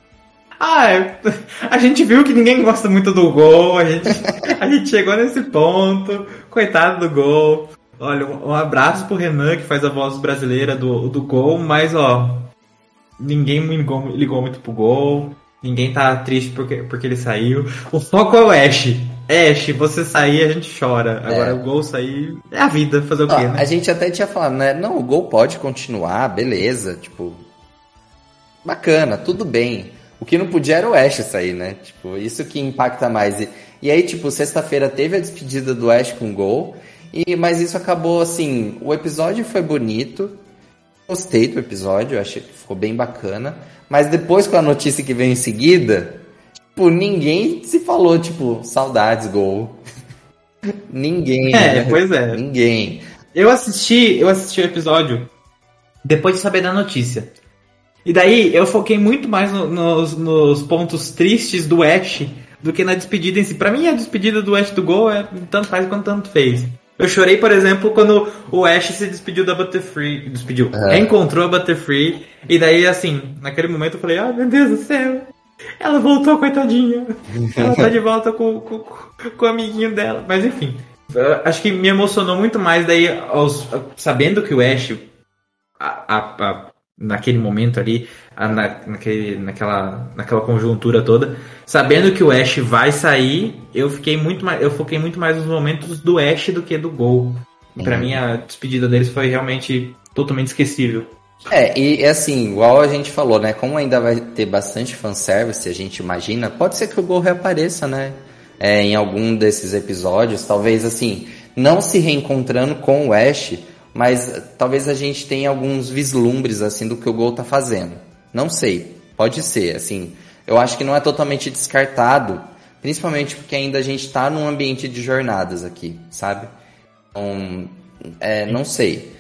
A gente viu que ninguém gosta muito do Gol, a gente chegou nesse ponto, coitado do Gol. Olha, um abraço pro Renan, que faz a voz brasileira do Gol, mas ninguém ligou muito pro Gol, ninguém tá triste porque ele saiu. O foco é o Ash. Ash, você sair, a gente chora. Agora o Gol sair, é a vida, fazer o quê, né? A gente até tinha falado, né? Não, o Gol pode continuar, beleza, tipo... Bacana, tudo bem. O que não podia era o Ash sair, né? Tipo, isso que impacta mais. E aí, tipo, sexta-feira teve a despedida do Ash com o Gol... Mas isso acabou assim, o episódio foi bonito, gostei do episódio, achei que ficou bem bacana, mas depois com a notícia que veio em seguida, tipo, ninguém se falou, tipo, saudades, Gol. Ninguém. Pois é. Ninguém. Eu assisti o episódio depois de saber da notícia. E daí eu foquei muito mais nos pontos tristes do Ash do que na despedida em si. Pra mim a despedida do Ash do Gol é tanto faz quanto tanto fez. Eu chorei, por exemplo, quando o Ash se despediu da Butterfree. Reencontrou a Butterfree. E daí, assim, naquele momento eu falei, meu Deus do céu. Ela voltou, coitadinha. Ela tá de volta com o amiguinho dela. Mas enfim, acho que me emocionou muito mais daí, sabendo que o Ash, naquele momento ali, naquela conjuntura toda, sabendo que o Ash vai sair, eu foquei muito mais nos momentos do Ash do que do Gol. Pra mim a despedida deles foi realmente totalmente esquecível. E assim, igual a gente falou, né? Como ainda vai ter bastante fanservice, a gente imagina, pode ser que o Gol reapareça, né? Em algum desses episódios, talvez assim, não se reencontrando com o Ash, mas talvez a gente tenha alguns vislumbres, assim, do que o Gol tá fazendo. Não sei. Pode ser, assim. Eu acho que não é totalmente descartado, principalmente porque ainda a gente tá num ambiente de jornadas aqui, sabe? Então, não sei.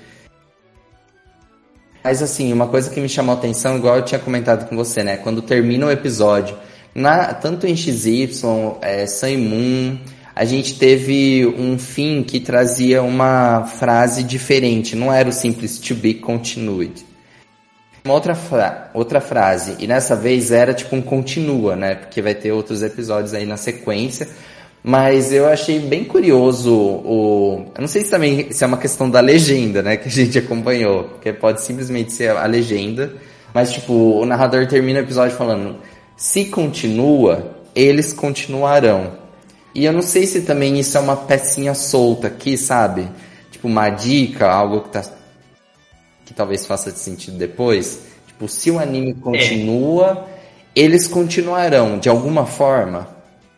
Mas, assim, uma coisa que me chamou a atenção, igual eu tinha comentado com você, né? Quando termina o episódio, tanto em XY, Sun Moon... A gente teve um fim que trazia uma frase diferente, não era o simples to be continued. Uma outra frase, e nessa vez era tipo um continua, né? Porque vai ter outros episódios aí na sequência. Mas eu achei bem curioso eu não sei se é uma questão da legenda, né? Que a gente acompanhou. Porque pode simplesmente ser a legenda. Mas tipo, o narrador termina o episódio falando: se continua, eles continuarão. E eu não sei se também isso é uma pecinha solta aqui, sabe? Tipo, uma dica, algo que talvez faça sentido depois. Tipo, se o anime continua, eles continuarão, de alguma forma.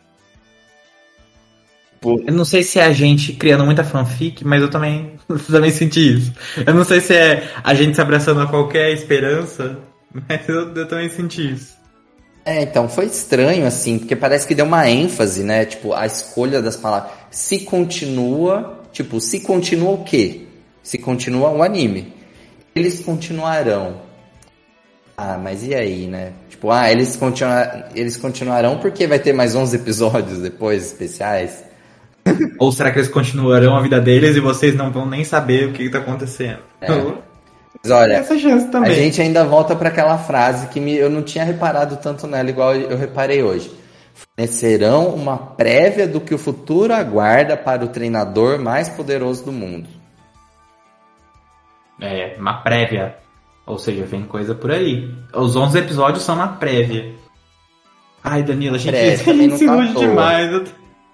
Eu não sei se é a gente criando muita fanfic, mas eu também senti isso. Eu não sei se é a gente se abraçando a qualquer esperança, mas eu também senti isso. Então, foi estranho, assim, porque parece que deu uma ênfase, né? Tipo, a escolha das palavras. Se continua, tipo, se continua o quê? Se continua o anime. Eles continuarão. Mas e aí, né? Tipo, eles continuarão porque vai ter mais 11 episódios depois, especiais? Ou será que eles continuarão a vida deles e vocês não vão nem saber o que tá acontecendo? Mas olha, essa chance também. A gente ainda volta para aquela frase que eu não tinha reparado tanto nela, igual eu reparei hoje. Fornecerão uma prévia do que o futuro aguarda para o treinador mais poderoso do mundo. Uma prévia. Ou seja, vem coisa por aí. Os 11 episódios são uma prévia. Ai, Danilo, a gente se ilude demais.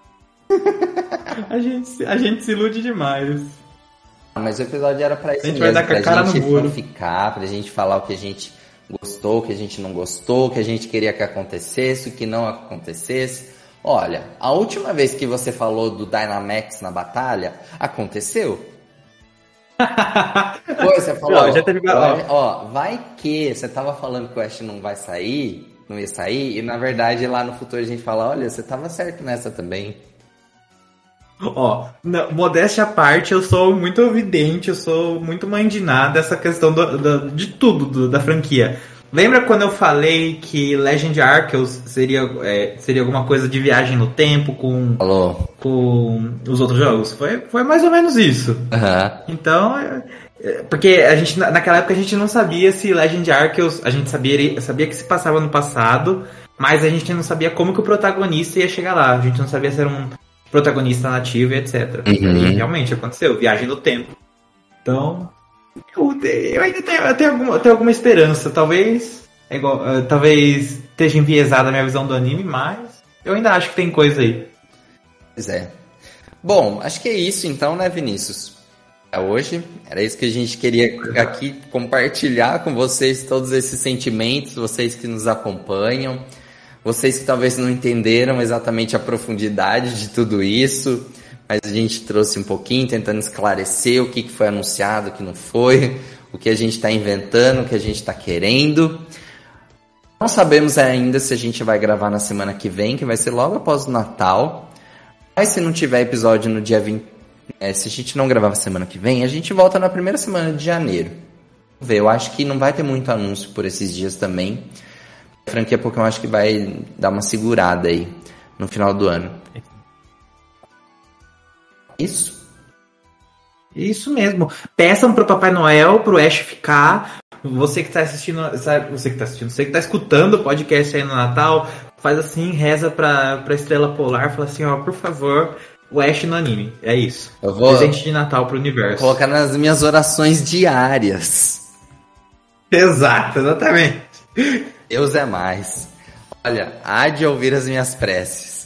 A gente se ilude demais. Mas o episódio era pra isso mesmo. A gente vai dar com a cara no muro. Pra ficar, pra gente falar o que a gente gostou, o que a gente não gostou, o que a gente queria que acontecesse, o que não acontecesse. Olha, a última vez que você falou do Dynamax na batalha, aconteceu? Você falou, não, já teve... vai que você tava falando que o Ash não ia sair, e na verdade lá no futuro a gente fala, olha, você tava certo nessa também. Modéstia à parte, eu sou muito evidente, eu sou muito mandinado dessa questão de tudo da franquia. Lembra quando eu falei que Legend Arceus seria alguma coisa de viagem no tempo com os outros jogos? Foi mais ou menos isso. Uhum. Então, porque naquela época a gente não sabia se Legend Arceus, a gente sabia que se passava no passado, mas a gente não sabia como que o protagonista ia chegar lá. A gente não sabia se era um protagonista nativo e etc. Uhum. E realmente aconteceu, viagem no tempo. Então, eu ainda tenho alguma esperança. Talvez esteja enviesada a minha visão do anime, mas eu ainda acho que tem coisa aí. Pois é. Bom, acho que é isso então, né, Vinícius? Hoje era isso que a gente queria aqui compartilhar com vocês, todos esses sentimentos, vocês que nos acompanham, vocês que talvez não entenderam exatamente a profundidade de tudo isso, mas a gente trouxe um pouquinho, tentando esclarecer o que foi anunciado, o que não foi, o que a gente está inventando, o que a gente está querendo. Não sabemos ainda se a gente vai gravar na semana que vem, que vai ser logo após o Natal. Mas se não tiver episódio no dia 20, se a gente não gravar na semana que vem, a gente volta na primeira semana de janeiro. Vamos ver, eu acho que não vai ter muito anúncio por esses dias também. A franquia Pokémon acho que vai dar uma segurada aí no final do ano. Isso mesmo. Peçam pro Papai Noel, pro Ash ficar. Você que tá assistindo, você que tá escutando o podcast aí no Natal, faz assim, reza pra Estrela Polar, fala assim, por favor, o Ash no anime. É isso. Eu vou presente de Natal pro universo. Colocar nas minhas orações diárias. Exato, exatamente. Deus é mais. Olha, há de ouvir as minhas preces.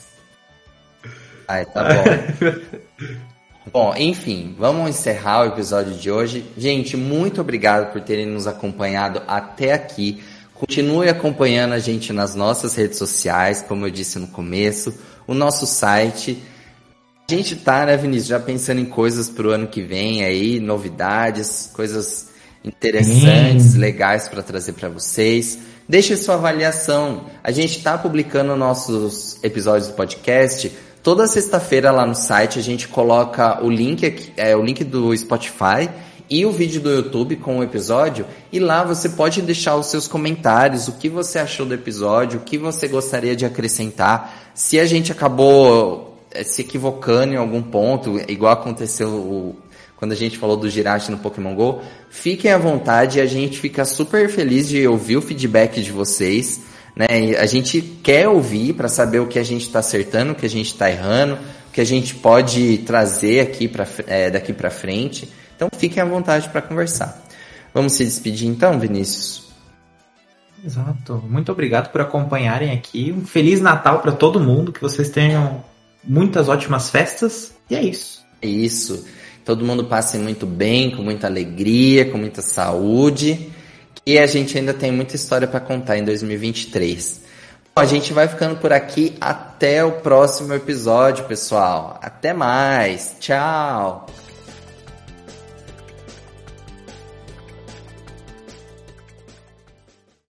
Ai, tá bom. Bom, enfim, vamos encerrar o episódio de hoje. Gente, muito obrigado por terem nos acompanhado até aqui. Continue acompanhando a gente nas nossas redes sociais, como eu disse no começo, o nosso site. A gente tá, né, Vinícius, já pensando em coisas pro ano que vem aí, novidades, coisas interessantes, legais para trazer para vocês. Deixe sua avaliação. A gente tá publicando nossos episódios do podcast. Toda sexta-feira lá no site a gente coloca o link aqui, o link do Spotify e o vídeo do YouTube com o episódio, e lá você pode deixar os seus comentários, o que você achou do episódio, o que você gostaria de acrescentar, se a gente acabou se equivocando em algum ponto, igual aconteceu quando a gente falou do Jirachi no Pokémon GO, fiquem à vontade, a gente fica super feliz de ouvir o feedback de vocês. Né? A gente quer ouvir para saber o que a gente está acertando, o que a gente está errando, o que a gente pode trazer aqui daqui para frente. Então fiquem à vontade para conversar. Vamos se despedir então, Vinícius? Exato. Muito obrigado por acompanharem aqui. Um Feliz Natal para todo mundo, que vocês tenham muitas ótimas festas. E é isso. É isso. Todo mundo passe muito bem, com muita alegria, com muita saúde. E a gente ainda tem muita história para contar em 2023. Bom, a gente vai ficando por aqui. Até o próximo episódio, pessoal. Até mais. Tchau.